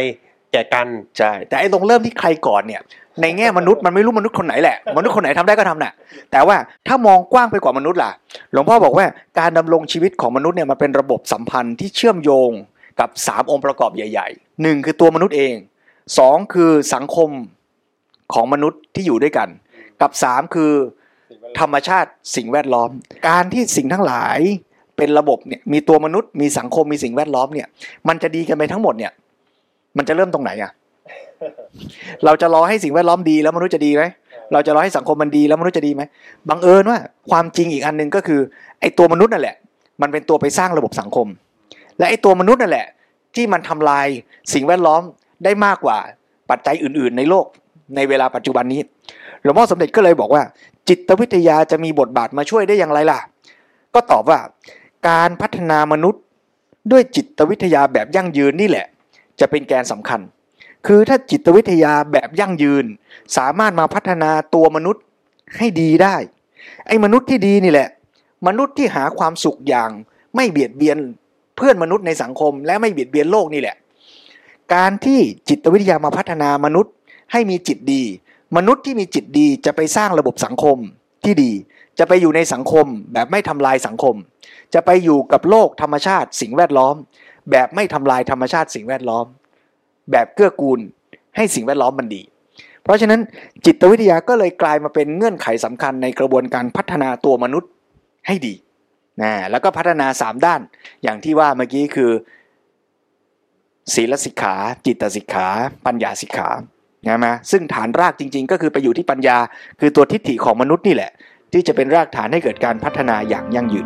แก่กันใช่แต่ไอ้ตรงเริ่มที่ใครก่อนเนี่ยในแง่มนุษย์มันไม่รู้มนุษย์คนไหนแหละมนุษย์คนไหนทำได้ก็ทำน่ะแต่ว่าถ้ามองกว้างไปกว่ามนุษย์ล่ะหลวงพ่อบอกว่าการดำรงชีวิตของมนุษย์เนี่ยมันเป็นระบบสัมพันธ์ที่เชื่อมโยงกับ3องค์ประกอบใหญ่ๆ1คือตัวมนุษย์เอง2คือสังคมของมนุษย์ที่อยู่ด้วยกันกับ3คือธรรมชาติสิ่งแวดล้อมการที่สิ่งทั้งหลายเป็นระบบเนี่ยมีตัวมนุษย์มีสังคมมีสิ่งแวดล้อมเนี่ยมันจะดีกันไปทั้งหมดเนี่ยมันจะเริ่มตรงไหนอ่ะเราจะรอให้สิ่งแวดล้อมดีแล้วมนุษย์จะดีไหมเราจะรอให้สังคมมันดีแล้วมนุษย์จะดีไหมบังเอิญว่าความจริงอีกอันนึงก็คือไอ้ตัวมนุษย์นั่นแหละมันเป็นตัวไปสร้างระบบสังคมและไอ้ตัวมนุษย์นั่นแหละที่มันทำลายสิ่งแวดล้อมได้มากกว่าปัจจัยอื่นๆในโลกในเวลาปัจจุบันนี้หลวงพ่อสมเด็จก็เลยบอกว่าจิตวิทยาจะมีบทบาทมาช่วยได้อย่างไรล่ะก็ตอบว่าการพัฒนามนุษย์ด้วยจิตวิทยาแบบยั่งยืนนี่แหละจะเป็นแกนสำคัญคือถ้าจิตวิทยาแบบยั่งยืนสามารถมาพัฒนาตัวมนุษย์ให้ดีได้ไอ้มนุษย์ที่ดีนี่แหละมนุษย์ที่หาความสุขอย่างไม่เบียดเบียนเพื่อนมนุษย์ในสังคมและไม่เบียดเบียนโลกนี่แหละการที่จิตวิทยามาพัฒนามนุษย์ให้มีจิตดีมนุษย์ที่มีจิตดีจะไปสร้างระบบสังคมที่ดีจะไปอยู่ในสังคมแบบไม่ทำลายสังคมจะไปอยู่กับโลกธรรมชาติสิ่งแวดล้อมแบบไม่ทำลายธรรมชาติสิ่งแวดล้อมแบบเกื้อกูลให้สิ่งแวดล้อมมันดีเพราะฉะนั้นจิตวิทยาก็เลยกลายมาเป็นเงื่อนไขสำคัญในกระบวนการพัฒนาตัวมนุษย์ให้ดีแล้วก็พัฒนา3ด้านอย่างที่ว่าเมื่อกี้คือศีลสิกขาจิตสิกขาปัญญาสิกขาใช่ไหมซึ่งฐานรากจริงๆก็คือไปอยู่ที่ปัญญาคือตัวทิฏฐิของมนุษย์นี่แหละที่จะเป็นรากฐานให้เกิดการพัฒนาอย่างยั่งยืน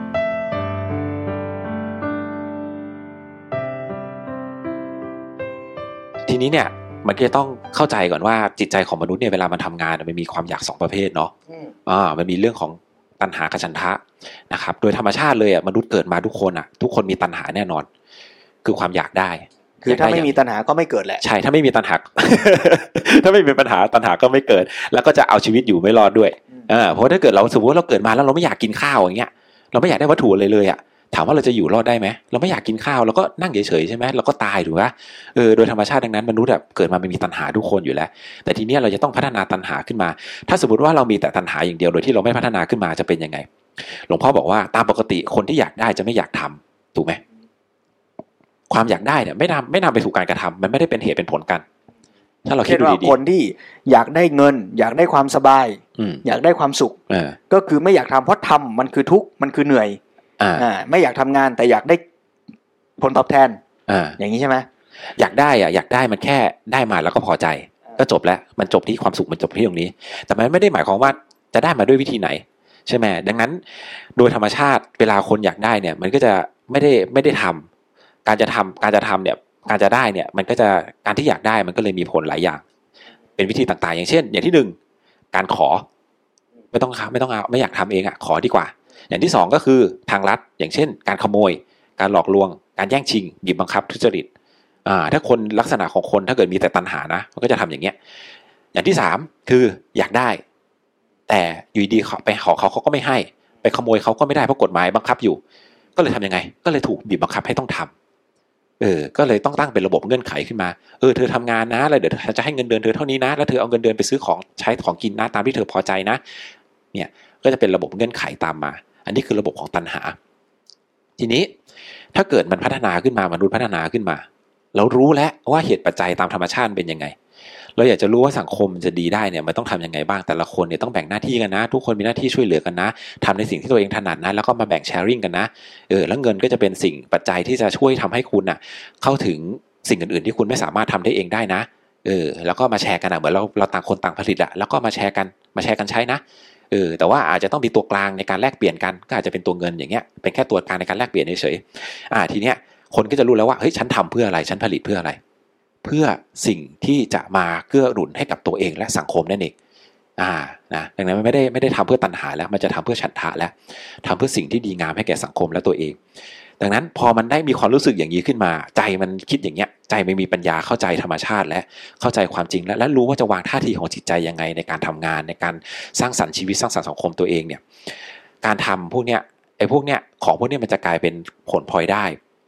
ทีนี้เนี่ยมันก็ต้องเข้าใจก่อนว่าจิตใจของมนุษย์เนี่ยเวลามันทำงานมันมีความอยาก2ประเภทเนาะมันมีเรื่องของตัณหากับฉันทะนะครับโดยธรรมชาติเลยมนุษย์เกิดมาทุกคนมีตัณหาแน่นอนคือความอยากได้คือถ้าไม่มีตัณหาก็ไม่เกิดแหละใช่ถ้าไม่มีตัณหา ถ้าไม่มีปัญหาตัณหาก็ไม่เกิดแล้วก็จะเอาชีวิตอยู่ไม่รอดด้วยเพราะถ้าเกิดเราสมมติว่าเราเกิดมาแล้วเราไม่อยากกินข้าวอย่างเงี้ยเราไม่อยากได้วัตถุเลยถามว่าเราจะอยู่รอดได้ไหมเราไม่อยากกินข้าวเราก็นั่งเฉยๆใช่ไหมเราก็ตายถูกไหมโดยธรรมชาติดังนั้นมนุษย์เกิดมาไม่มีตัณหาทุกคนอยู่แล้วแต่ทีนี้เราจะต้องพัฒนาตัณหาขึ้นมาถ้าสมมติว่าเรามีแต่ตัณหาอย่างเดียวโดยที่เราไม่พัฒนาขึ้นมาจะเป็นยังไงหลวงพ่อบอกว่าตามปกติคนที่อยากได้จะไม่อยากทำถูกไหมความอยากได้เนี่ยไม่นำไปสู่การกระทำมันไม่ได้เป็นเหตุเป็นผลกันถ้าเราคิดดูดีๆคนที่อยากได้เงินอยากได้ความสบายอยากได้ความสุขก็คือไม่อยากทำเพราะทำมันคือทุกข์มันคือเหนื่อยไม่อยากทำงานแต่อยากได้ผลตอบแทนอย่างนี้ใช่ไหมอยากได้มันแค่ได้มาแล้วก็พอใจก็จบแล้วมันจบที่ความสุขมันจบที่ตรงนี้แต่มันไม่ได้หมายความว่าจะได้มาด้วยวิธีไหนใช่ไหมดังนั้นโดยธรรมชาติเวลาคนอยากได้เนี่ยมันก็จะไม่ได้ทำการจะทำเนี่ยการจะได้เนี่ยมันก็จะการที่อยากได้มันก็เลยมีผลหลายอย่างเป็นวิธีต่างๆอย่างเช่นอย่างที่1การขอไม่ต้องเอาไม่อยากทำเองขอดีกว่าอย่างที่2ก็คือทางลัดอย่างเช่นการขโมยการหลอกลวงการแย่งชิงบีบบังคับทุจริตถ้าคนลักษณะของคนถ้าเกิดมีแต่ตัณหานะมันก็จะทำอย่างเงี้ยอย่างที่3คืออยากได้แต่อยู่ดีไปขอเขาก็ไม่ให้ไปขโมยเขาก็ไม่ได้เพราะกฎหมายบังคับอยู่ก็เลยทำยังไงก็เลยถูกบีบบังคับให้ต้องทำก็เลยต้องตั้งเป็นระบบเงื่อนไขขึ้นมาเธอทำงานนะแล้วเดี๋ยวจะให้เงินเดือนเธอเท่านี้นะแล้วเธอเอาเงินเดือนไปซื้อของใช้ของกินนะตามที่เธอพอใจนะเนี่ยก็จะเป็นระบบเงื่อนไขตามมาอันนี้คือระบบของตัณหาทีนี้ถ้าเกิดมันพัฒนาขึ้นมามนุษย์พัฒนาขึ้นมาเรารู้แล้วว่าเหตุปัจจัยตามธรรมชาติเป็นยังไงเราอยากจะรู้ว่าสังคมจะดีได้เนี่ยมันต้องทำยังไงบ้างแต่ละคนเนี่ยต้องแบ่งหน้าที่กันนะทุกคนมีหน้าที่ช่วยเหลือกันนะทำในสิ่งที่ตัวเองถนัดนะแล้วก็มาแบ่งแชร์ริ่งกันนะแล้วเงินก็จะเป็นสิ่งปัจจัยที่จะช่วยทำให้คุณเข้าถึงสิ่งอื่นๆที่คุณไม่สามารถทำได้เองได้นะแล้วก็มาแชร์กันเหมือนเราต่างคนต่างผลิตแล้วก็มาแชร์กันใช้นะแต่ว่าอาจจะต้องมีตัวกลางในการแลกเปลี่ยนกันก็อาจจะเป็นตัวเงินอย่างเงี้ยเป็นแค่ตัวกลางในการแลกเปลี่ยนเฉยๆทีเนี้ยคนก็จะรู้แล้วว่าเฮ้ยฉันทำเพื่ออะไรฉันผลิตเพื่ออะไรเพื่อสิ่งที่จะมาเกื้อหนุนให้กับตัวเองและสังคมนั่นเองนะดังนั้นไม่ได้ทำเพื่อตัณหาแล้วมันจะทำเพื่อฉันทะแล้วทำเพื่อสิ่งที่ดีงามให้แก่สังคมและตัวเองดังนั้นพอมันได้มีความรู้สึกอย่างนี้ขึ้นมาใจมันคิดอย่างเงี้ยใจมันมีปัญญาเข้าใจธรรมชาติและเข้าใจความจริงและรู้ว่าจะวางท่าทีของจิตใจยังไงในการทำงานในการสร้างสรรค์ชีวิตสร้างสรรค์สังคมตัวเองเนี่ยการทำพวกเนี้ยของพวกเนี้ยมันจะกลายเป็นผลพลอยได้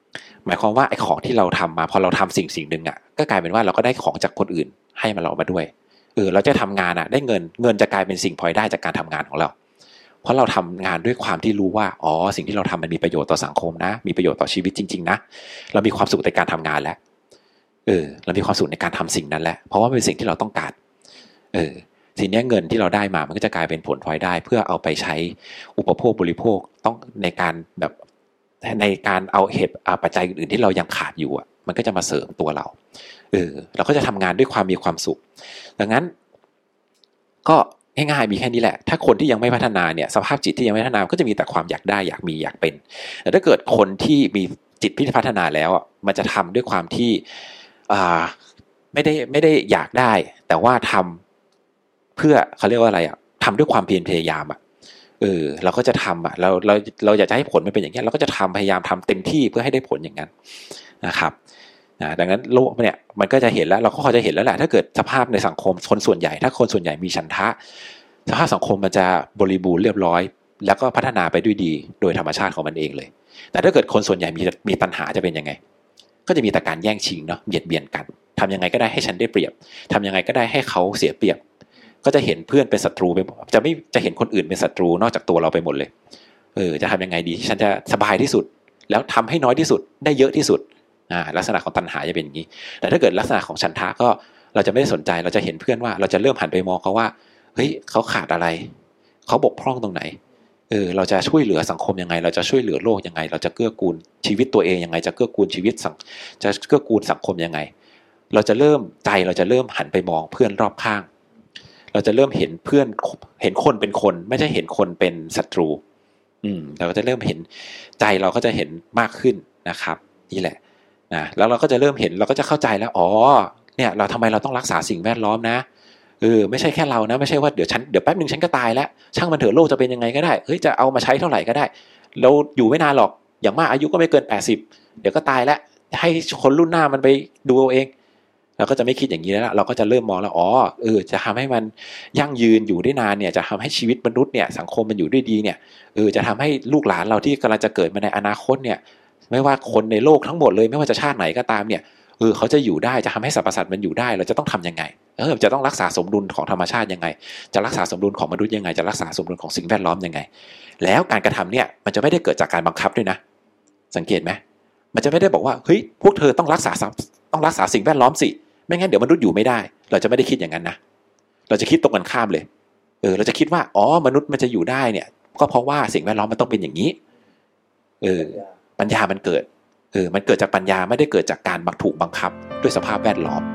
หมายความว่าไอ้ของที่เราทำมาพอเราทำสิ่งหนึ่งอ่ะก็กลายเป็นว่าเราก็ได้ของจากคนอื่นให้มาเรามาด้วยเราจะทำงานอ่ะได้เงินจะกลายเป็นสิ่งพลอยได้จากการทำงานของเราเพราะเราทำงานด้วยความที่รู้ว่าสิ่งที่เราทำมันมีประโยชน์ต่อสังคมนะมีประโยชน์ต่อชีวิตจริงๆนะเรามีความสุขในการทำงานแล้วเรามีความสุขในการทำสิ่งนั้นแหละเพราะว่าเป็นสิ่งที่เราต้องการทีนี้เงินที่เราได้มามันก็จะกลายเป็นผลพลอยได้เพื่อเอาไปใช้อุปโภคบริโภคต้องในการแบบในการเอาเหตุปัจจัยอื่นๆที่เรายังขาดอยู่อ่ะมันก็จะมาเสริมตัวเราเราก็จะทำงานด้วยความมีความสุขดังนั้นก็ง่ายๆมีแค่นี้แหละถ้าคนที่ยังไม่พัฒนาเนี่ยสภาพจิตที่ยังไม่พัฒนาก็จะมีแต่ความอยากได้อยากมีอยากเป็นแต่ถ้าเกิดคนที่มีจิตที่พัฒนาแล้วอ่ะมันจะทำด้วยความที่ไม่ได้อยากได้แต่ว่าทำเพื่อเขาเรียกว่าอะไรอ่ะทำด้วยความเพียรพยายามอ่ะเราก็จะทำอ่ะเราอยากจะให้ผลมันเป็นอย่างนี้เราก็จะทำพยายามทำเต็มที่เพื่อให้ได้ผลอย่างนั้นนะครับดังนั้นโลกเนี่ยมันก็จะเห็นแล้วเราก็พอจะเห็นแล้วแหละถ้าเกิดสภาพในสังคมคนส่วนใหญ่ถ้าคนส่วนใหญ่มีฉันทะสภาพสังคมมันจะบริบูรณ์เรียบร้อยแล้วก็พัฒนาไปด้วยดีโดยธรรมชาติของมันเองเลยแต่ถ้าเกิดคนส่วนใหญ่มีตัณหาจะเป็นยังไงก็จะมีแต่การแย่งชิงเนาะเบียดเบียนกันทำยังไงก็ได้ให้ฉันได้เปรียบทำยังไงก็ได้ให้เขาเสียเปรียบก็จะเห็นเพื่อนเป็นศัตรูไปจะเห็นคนอื่นเป็นศัตรูนอกจากตัวเราไปหมดเลยจะทำยังไงดีที่ฉันจะสบายที่สุดแล้วทำให้น้อยที่สุดได้เยอะที่สุดลักษณะของตัณหาจะเป็นอย่างนี้แต่ถ้าเกิดลักษณะของฉันทะก็เราจะไม่ได้สนใจเราจะเห็นเพื่อนว่าเราจะเริ่มหันไปมองเขาว่าเฮ้ยเขาขาดอะไรเขาบกพร่องตรงไหนเราจะช่วยเหลือสังคมยังไงเราจะช่วยเหลือโลกยังไงเราจะเกื้อกูลชีวิตตัวเองยังไงจะเกื้อกูลชีวิตจะเกื้อกูลสังคมยังไงเราจะเริ่มหันไปมองเพื่อนรอบข้างเราจะเริ่มเห็นเพื่อนเห็นคนเป็นคนไม่ใช่เห็นคนเป็นศัตรูเราก็จะเริ่มเห็นใจเราก็จะเห็นมากขึ้นนะครับนี่แหละแล้วเราก็จะเริ่มเห็นเราก็จะเข้าใจแล้วเนี่ยเราทำไมเราต้องรักษาสิ่งแวดล้อมนะไม่ใช่แค่เรานะไม่ใช่ว่าเดี๋ยวแป๊บนึงฉันก็ตายแล้วช่างมันเถอะโลกจะเป็นยังไงก็ได้เฮ้ยจะเอามาใช้เท่าไหร่ก็ได้เราอยู่ไม่นานหรอกอย่างมากอายุก็ไม่เกิน80เดี๋ยวก็ตายแล้วให้คนรุ่นหน้ามันไปดูเอาเองเราก็จะไม่คิดอย่างนี้แล้วเราก็จะเริ่มมองแล้วจะทำให้มันยั่งยืนอยู่ได้นานเนี่ยจะทำให้ชีวิตมนุษย์เนี่ยสังคมมันอยู่ด้วยดีเนี่ยจะทำให้ลูกหลานเราที่กำลังจะเกิดมาในอนาคตเนี่ยไม่ว่าคนในโลกทั้งหมดเลยไม่ว่าจะชาติไหนก็ตามเนี่ยเขาจะอยู่ได้จะทำให้สรรพสัตว์มันอยู่ได้เราจะต้องทำยังไงจะต้องรักษาสมดุลของธรรมชาติยังไงจะรักษาสมดุลของมนุษย์ยังไงจะรักษาสมดุลของสิ่งแวดล้อมยังไงแล้วการกระทำเนี่ยมันจะไม่ได้เกิดจากการบังคับด้วยนะสังเกตไหมมันจะไม่ได้บอกว่าเฮ้ยพวกเธอต้องรักษาสิ่งแวดล้อมสิไม่งั้นเดี๋ยวมนุษย์อยู่ไม่ได้เราจะไม่ได้คิดอย่างนั้นนะเราจะคิดตรงกันข้ามเลยเราจะคิดว่ามนุษย์มันจะอยู่ได้เนี่ยก็เพราะว่าสิ่งแวดล้อมมันต้องเป็นอย่างนี้ปัญญามันเกิดมันเกิดจากปัญญาไม่ได้เกิดจากการถูกบังคับด้วยสภาพแวดล้อม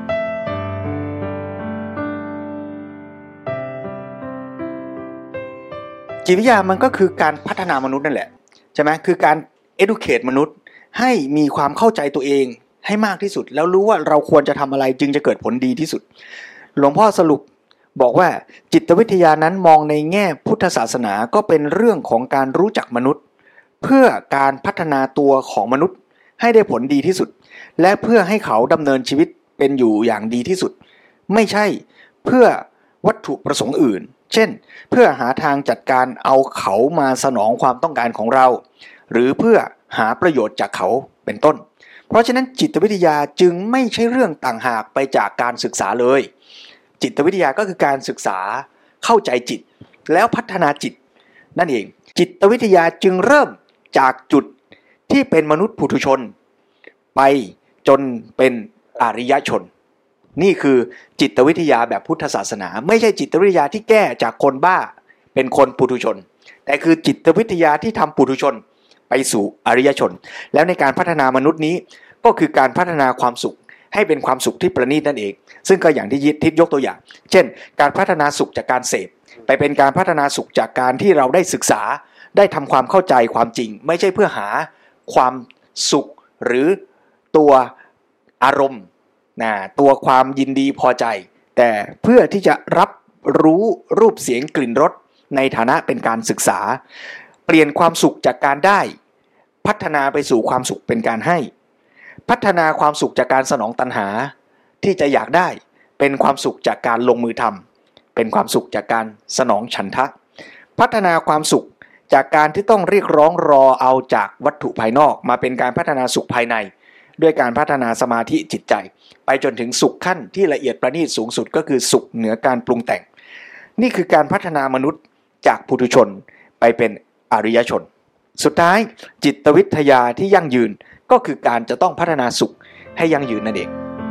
จิตวิทยามันก็คือการพัฒนามนุษย์นั่นแหละใช่ไหมคือการ educate มนุษย์ให้มีความเข้าใจตัวเองให้มากที่สุดแล้วรู้ว่าเราควรจะทำอะไรจึงจะเกิดผลดีที่สุดหลวงพ่อสรุปบอกว่าจิตวิทยานั้นมองในแง่พุทธศาสนาก็เป็นเรื่องของการรู้จักมนุษย์เพื่อการพัฒนาตัวของมนุษย์ให้ได้ผลดีที่สุดและเพื่อให้เขาดำเนินชีวิตเป็นอยู่อย่างดีที่สุดไม่ใช่เพื่อวัตถุประสงค์อื่นเช่นเพื่อหาทางจัดการเอาเขามาสนองความต้องการของเราหรือเพื่อหาประโยชน์จากเขาเป็นต้นเพราะฉะนั้นจิตวิทยาจึงไม่ใช่เรื่องต่างหากไปจากการศึกษาเลยจิตวิทยาก็คือการศึกษาเข้าใจจิตแล้วพัฒนาจิตนั่นเองจิตวิทยาจึงเริ่มจากจุดที่เป็นมนุษย์ปุถุชนไปจนเป็นอริยชนนี่คือจิตวิทยาแบบพุทธศาสนาไม่ใช่จิตวิทยาที่แก้จากคนบ้าเป็นคนปุถุชนแต่คือจิตวิทยาที่ทำปุถุชนไปสู่อริยชนแล้วในการพัฒนามนุษย์นี้ก็คือการพัฒนาความสุขให้เป็นความสุขที่ประณีตนั่นเองซึ่งก็อย่างที่ทิศยกตัวอย่างเช่นการพัฒนาสุขจากการเสพไปเป็นการพัฒนาสุขจากการที่เราได้ศึกษาได้ทำความเข้าใจความจริงไม่ใช่เพื่อหาความสุขหรือตัวอารมณ์ตัวความยินดีพอใจแต่เพื่อที่จะรับรู้รูปเสียงกลิ่นรสในฐานะเป็นการศึกษาเปลี่ยนความสุขจากการได้พัฒนาไปสู่ความสุขเป็นการให้พัฒนาความสุขจากการสนองตัณหาที่จะอยากได้เป็นความสุขจากการลงมือทำเป็นความสุขจากการสนองฉันทะพัฒนาความสุขจากการที่ต้องเรียกร้องรอเอาจากวัตถุภายนอกมาเป็นการพัฒนาสุขภายในด้วยการพัฒนาสมาธิจิตใจไปจนถึงสุขขั้นที่ละเอียดประณีตสูงสุดก็คือสุขเหนือการปรุงแต่งนี่คือการพัฒนามนุษย์จากปุถุชนไปเป็นอริยชนสุดท้ายจิตวิทยาที่ยั่งยืนก็คือการจะต้องพัฒนาสุขให้ยั่งยืนนั่นเอง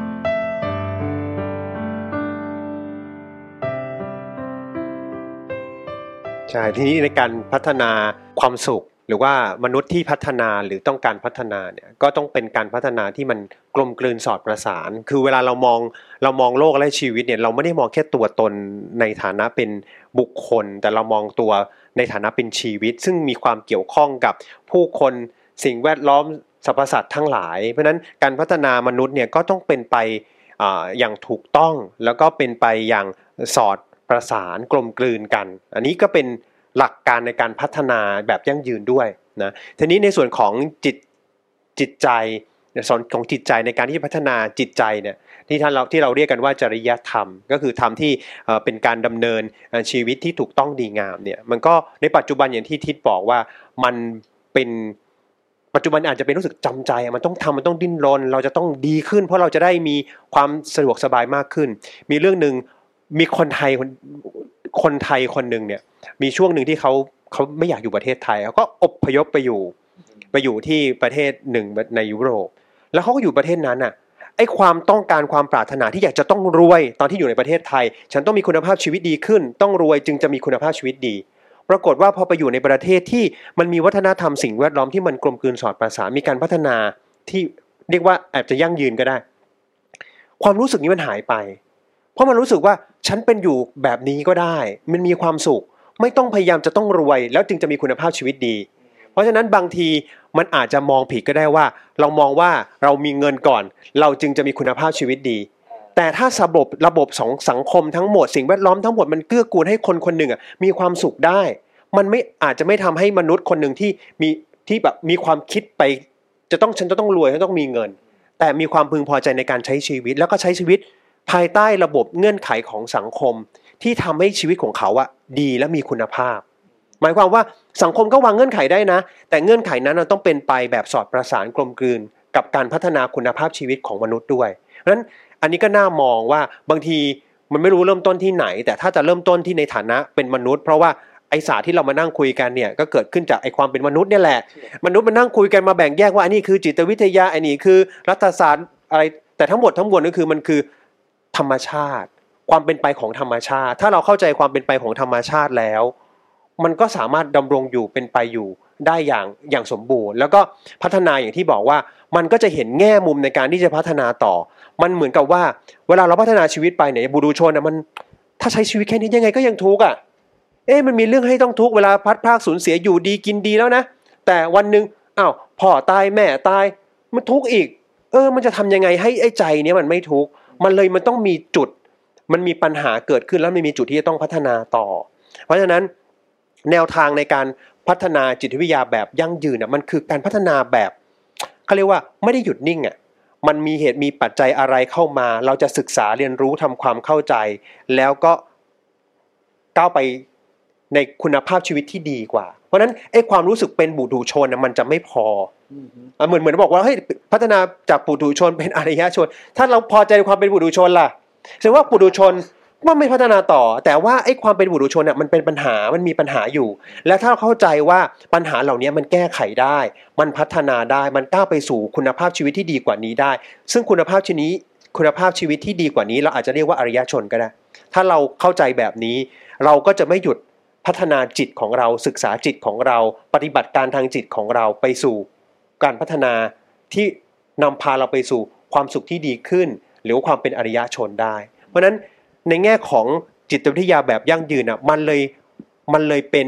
ใช่ทีนี้ในการพัฒนาความสุขหรือว่ามนุษย์ที่พัฒนาหรือต้องการพัฒนาเนี่ยก็ต้องเป็นการพัฒนาที่มันกลมกลืนสอดประสานคือเวลาเรามองโลกและชีวิตเนี่ยเราไม่ได้มองแค่ตัวตนในฐานะเป็นบุคคลแต่เรามองตัวในฐานะเป็นชีวิตซึ่งมีความเกี่ยวข้องกับผู้คนสิ่งแวดล้อมสรรพสัตว์ทั้งหลายเพราะฉะนั้นการพัฒนามนุษย์เนี่ยก็ต้องเป็นไปอย่างถูกต้องแล้วก็เป็นไปอย่างสอดประสานกลมกลืนกันอันนี้ก็เป็นหลักการในการพัฒนาแบบยั่งยืนด้วยนะทีนี้ในส่วนของจิตใจในส่วนของจิตใจในการที่จะพัฒนาจิตใจเนี่ยที่เราเรียกกันว่าจริยธรรมก็คือธรรมที่เป็นการดำเนินชีวิตที่ถูกต้องดีงามเนี่ยมันก็ในปัจจุบันอย่างที่ทิศบอกว่ามันเป็นปัจจุบันอาจจะเป็นรู้สึกจำใจมันต้องทำมันต้องดิ้นรนเราจะต้องดีขึ้นเพราะเราจะได้มีความสะดวกสบายมากขึ้นมีเรื่องนึงมีคนไทยคนหนึ่งเนี่ยมีช่วงหนึ่งที่เขาไม่อยากอยู่ประเทศไทยเขาก็อพยพไปอยู่ที่ประเทศหนึ่งในยุโรปแล้วเขาก็อยู่ประเทศนั้นน่ะไอ้ความต้องการความปรารถนาที่อยากจะต้องรวยตอนที่อยู่ในประเทศไทยฉันต้องมีคุณภาพชีวิตดีขึ้นต้องรวยจึงจะมีคุณภาพชีวิตดีปรากฏว่าพอไปอยู่ในประเทศที่มันมีวัฒนธรรมสิ่งแวดล้อมที่มันกลมกลืนสอดประสานมีการพัฒนาที่เรียกว่าอาจจะยั่งยืนก็ได้ความรู้สึกนี้มันหายไปเพราะมันรู้สึกว่าฉันเป็นอยู่แบบนี้ก็ได้มันมีความสุขไม่ต้องพยายามจะต้องรวยแล้วจึงจะมีคุณภาพชีวิตดีเพราะฉะนั้นบางทีมันอาจจะมองผิดก็ได้ว่าเรามองว่าเรามีเงินก่อนเราจึงจะมีคุณภาพชีวิตดีแต่ถ้าระบบของสังคมทั้งหมดสิ่งแวดล้อมทั้งหมดมันเกื้อกูลให้คนหนึ่งมีความสุขได้มันไม่อาจจะไม่ทำให้มนุษย์คนหนึ่งที่แบบมีความคิดไปฉันจะต้องรวยฉันต้องมีเงินแต่มีความพึงพอใจในการใช้ชีวิตแล้วก็ใช้ชีวิตภายใต้ระบบเงื่อนไขของสังคมที่ทำให้ชีวิตของเขาดีและมีคุณภาพหมายความว่าสังคมก็วางเงื่อนไขได้นะแต่เงื่อนไขนั้นเราต้องเป็นไปแบบสอดประสานกลมกลืนกับการพัฒนาคุณภาพชีวิตของมนุษย์ด้วยเพราะฉะนั้นอันนี้ก็น่ามองว่าบางทีมันไม่รู้เริ่มต้นที่ไหนแต่ถ้าจะเริ่มต้นที่ในฐานะเป็นมนุษย์เพราะว่าไอศาสตร์ที่เรามานั่งคุยกันเนี่ยก็เกิดขึ้นจากไอความเป็นมนุษย์เนี่ยแหละมนุษย์มานั่งคุยกันมาแบ่งแยกว่าอันนี้คือจิตวิทยาอันนี้คือรัฐศาสตร์อะไรแต่ทั้งหมดทั้งมวลก็คือมันคือธรรมชาติความเป็นไปของธรรมชาติถ้าเราเข้าใจความเป็นไปของธรรมชาติแล้วมันก็สามารถดำรงอยู่เป็นไปอยู่ได้อย่างสมบูรณ์แล้วก็พัฒนาอย่างที่บอกว่ามันก็จะเห็นแง่มุมในการที่จะพัฒนาต่อมันเหมือนกับว่าเวลาเราพัฒนาชีวิตไปเนี่ยบุรุชนมันถ้าใช้ชีวิตแค่นี้ยังไงก็ยังทุกข์มันมีเรื่องให้ต้องทุกข์เวลาพัดพรากสูญเสียอยู่ดีกินดีแล้วนะแต่วันนึงพ่อตายแม่ตายมันทุกข์อีกมันจะทำยังไงให้ไอ้ใจเนี้ยมันไม่ทุกข์มันต้องมีจุดมันมีปัญหาเกิดขึ้นแล้วมันมีจุดที่จะต้องพัฒนาต่อเพราะฉะนั้นแนวทางในการพัฒนาจิตวิทยาแบบยั่งยืนมันคือการพัฒนาแบบเขาเรียกว่าไม่ได้หยุดนิ่งมันมีเหตุมีปัจจัยอะไรเข้ามาเราจะศึกษาเรียนรู้ทำความเข้าใจแล้วก็ก้าวไปในคุณภาพชีวิตที่ดีกว่าเพราะนั้นไอ้ความรู้สึกเป็นบุถุชนมันจะไม่พอเหมือนบอกว่าเฮ้ยพัฒนาจากปุถุชนเป็นอริยชนถ้าเราพอใจในความเป็นปุถุชนล่ะแสดงว่าปุถุชนว่าไม่พัฒนาต่อแต่ว่าไอ้ความเป็นปุถุชนมันเป็นปัญหามันมีปัญหาอยู่และถ้าเราเข้าใจว่าปัญหาเหล่านี้มันแก้ไขได้มันพัฒนาได้มันก้าวไปสู่คุณภาพชีวิตที่ดีกว่านี้ได้ซึ่งคุณภาพชีวิตที่ดีกว่านี้เราอาจจะเรียกว่าอริยชนก็ได้ถ้าเราเข้าใจแบบนี้เราก็จะไม่หยุดพัฒนาจิตของเราศึกษาจิตของเราปฏิบัติการทางจิตของเราไปสู่การพัฒนาที่นำพาเราไปสู่ความสุขที่ดีขึ้นหรือความเป็นอริยชนได้เพราะฉะนั้นในแง่ของจิตวิทยาแบบยั่งยืนมันเลยเป็น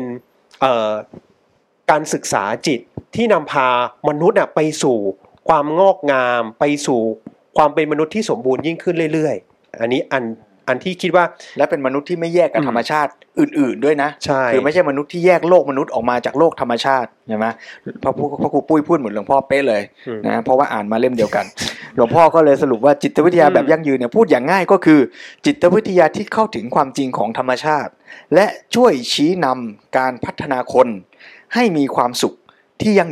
การศึกษาจิตที่นำพามนุษย์ไปสู่ความงอกงามไปสู่ความเป็นมนุษย์ที่สมบูรณ์ยิ่งขึ้นเรื่อยๆอันนี้อันที่คิดว่าและเป็นมนุษย์ที่ไม่แยกกับธรรมชาติอื่นๆด้วยนะคือไม่ใช่มนุษย์ที่แยกโลกมนุษย์ออกมาจากโลกธรรมชาติใช่ไหมพระครูปุ้ยพูดเหมือนหลวงพ่อเป๊ะเลยนะเพราะว่าอ่านมาเล่มเดียวกันหลวงพ่อก็เลยสรุปว่าจิตวิทยาแบบยั่งยืนเนี่ยพูดอย่างง่ายก็คือจิตวิทยาที่เข้าถึงความจริงของธรรมชาติและช่วยชี้นำการพัฒนาคนให้มีความสุขที่ยั่งยืน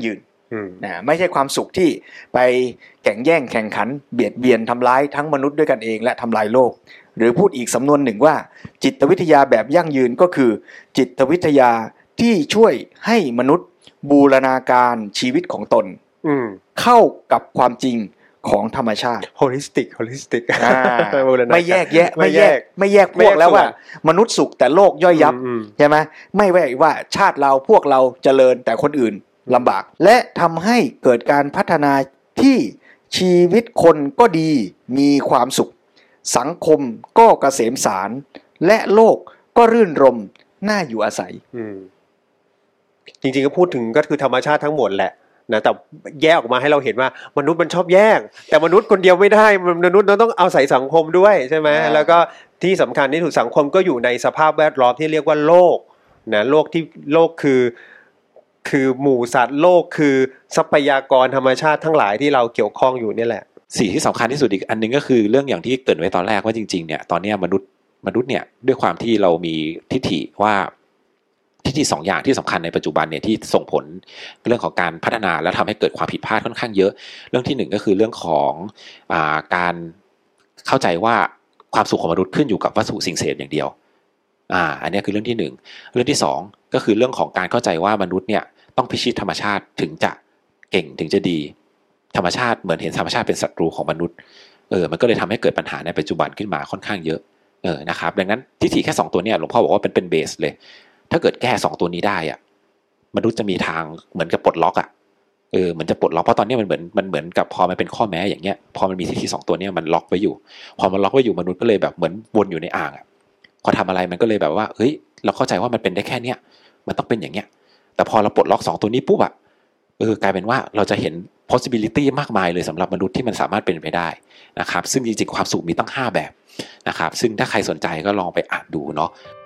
ไม่ใช่ความสุขที่ไปแข่งแย่งแข่งขันเบียดเบียนทำร้ายทั้งมนุษย์ด้วยกันเองและทำลายโลกหรือพูดอีกสำนวนหนึ่งว่าจิตวิทยาแบบยั่งยืนก็คือจิตวิทยาที่ช่วยให้มนุษย์บูรณาการชีวิตของตนเข้ากับความจริงของธรรมชาติ holistic ไม่แยกแยะไม่แยกพวกแล้วว่ามนุษย์สุขแต่โลกย่อยยับใช่ไหมไม่ว่าชาติเราพวกเราเจริญแต่คนอื่นลำบากและทำให้เกิดการพัฒนาที่ชีวิตคนก็ดีมีความสุขสังคมก็เกษมสารและโลกก็รื่นรมน่าอยู่อาศัยจริงๆก็พูดถึงก็คือธรรมชาติทั้งหมดแหละนะแต่แยกออกมาให้เราเห็นว่ามนุษย์มันชอบแยกแต่มนุษย์คนเดียวไม่ได้มนุษย์เราต้องเอาใส่สังคมด้วยใช่ไหมแล้วก็ที่สำคัญที่สุดสังคมก็อยู่ในสภาพแวดล้อมที่เรียกว่าโลกนะโลกคือหมู่สัตว์โลกคือทรัพยากรธรรมชาติทั้งหลายที่เราเกี่ยวข้องอยู่นี่แหละสิ่งที่สำคัญที่สุดอีกอันนึงก็คือเรื่องอย่างที่เกริ่นไว้ตอนแรกว่าจริงๆเนี่ยตอนนี้มนุษย์เนี่ยด้วยความที่เรามีทิฏฐิว่าทิฏฐิ2อย่างที่สำคัญในปัจจุบันเนี่ยที่ส่งผลเรื่องของการพัฒนาและทำให้เกิดความผิดพลาดค่อนข้างเยอะเรื่องที่1ก็คือเรื่องของการเข้าใจว่าความสุขของมนุษย์ขึ้นอยู่กับวัตถุสิ่งเสพอย่างเดียวอันนี้คือเรื่องที่1เรื่องที่2ก็คือเรื่องของการเข้าใจว่ามนุษย์เนี่ยต้องพิชิตธรรมชาติถึงจะเก่งถึงจะดีธรรมชาติเหมือนเห็นธรรมชาติเป็นศัตรูของมนุษย์มันก็เลยทำให้เกิดปัญหาในปัจจุบันขึ้นมาค่อนข้างเยอะนะครับดังนั้นทิฏฐิแค่2ตัวเนี่ยหลวงพ่อบอกว่าเป็นเบสเลยถ้าเกิดแก้2ตัวนี้ได้อ่ะมนุษย์จะมีทางเหมือนกับปลดล็อกอ่ะเหมือนจะปลดล็อกเพราะตอนนี้มันเหมือนกับพอมันเป็นข้อแม้อย่างเงี้ยพอมันมีทิฏฐิ2ตัวเนี้ยมันล็อกไว้อยู่พอมันล็อกไว้อยู่มนุษย์ก็เลยแบบเหมือนวนอยู่ในอ่างอ่ะพอทำอะไรมันก็เลยแบบว่าเฮ้ยเราเข้าใจว่ามันเป็นได้แค่เนี้ยมันต้องเป็นอย่างเงี้ยแต่พอเราปลดล็อก2ตัวนี้ปุ๊บอ่ะกลายเป็นว่าเราจะเห็น possibility มากมายเลยสำหรับมนุษย์ที่มันสามารถเป็นไปได้นะครับซึ่งจริงๆความสุขมีตั้ง5แบบนะครับซึ่งถ้าใครสนใจก็ลองไปอ่านดูเนาะ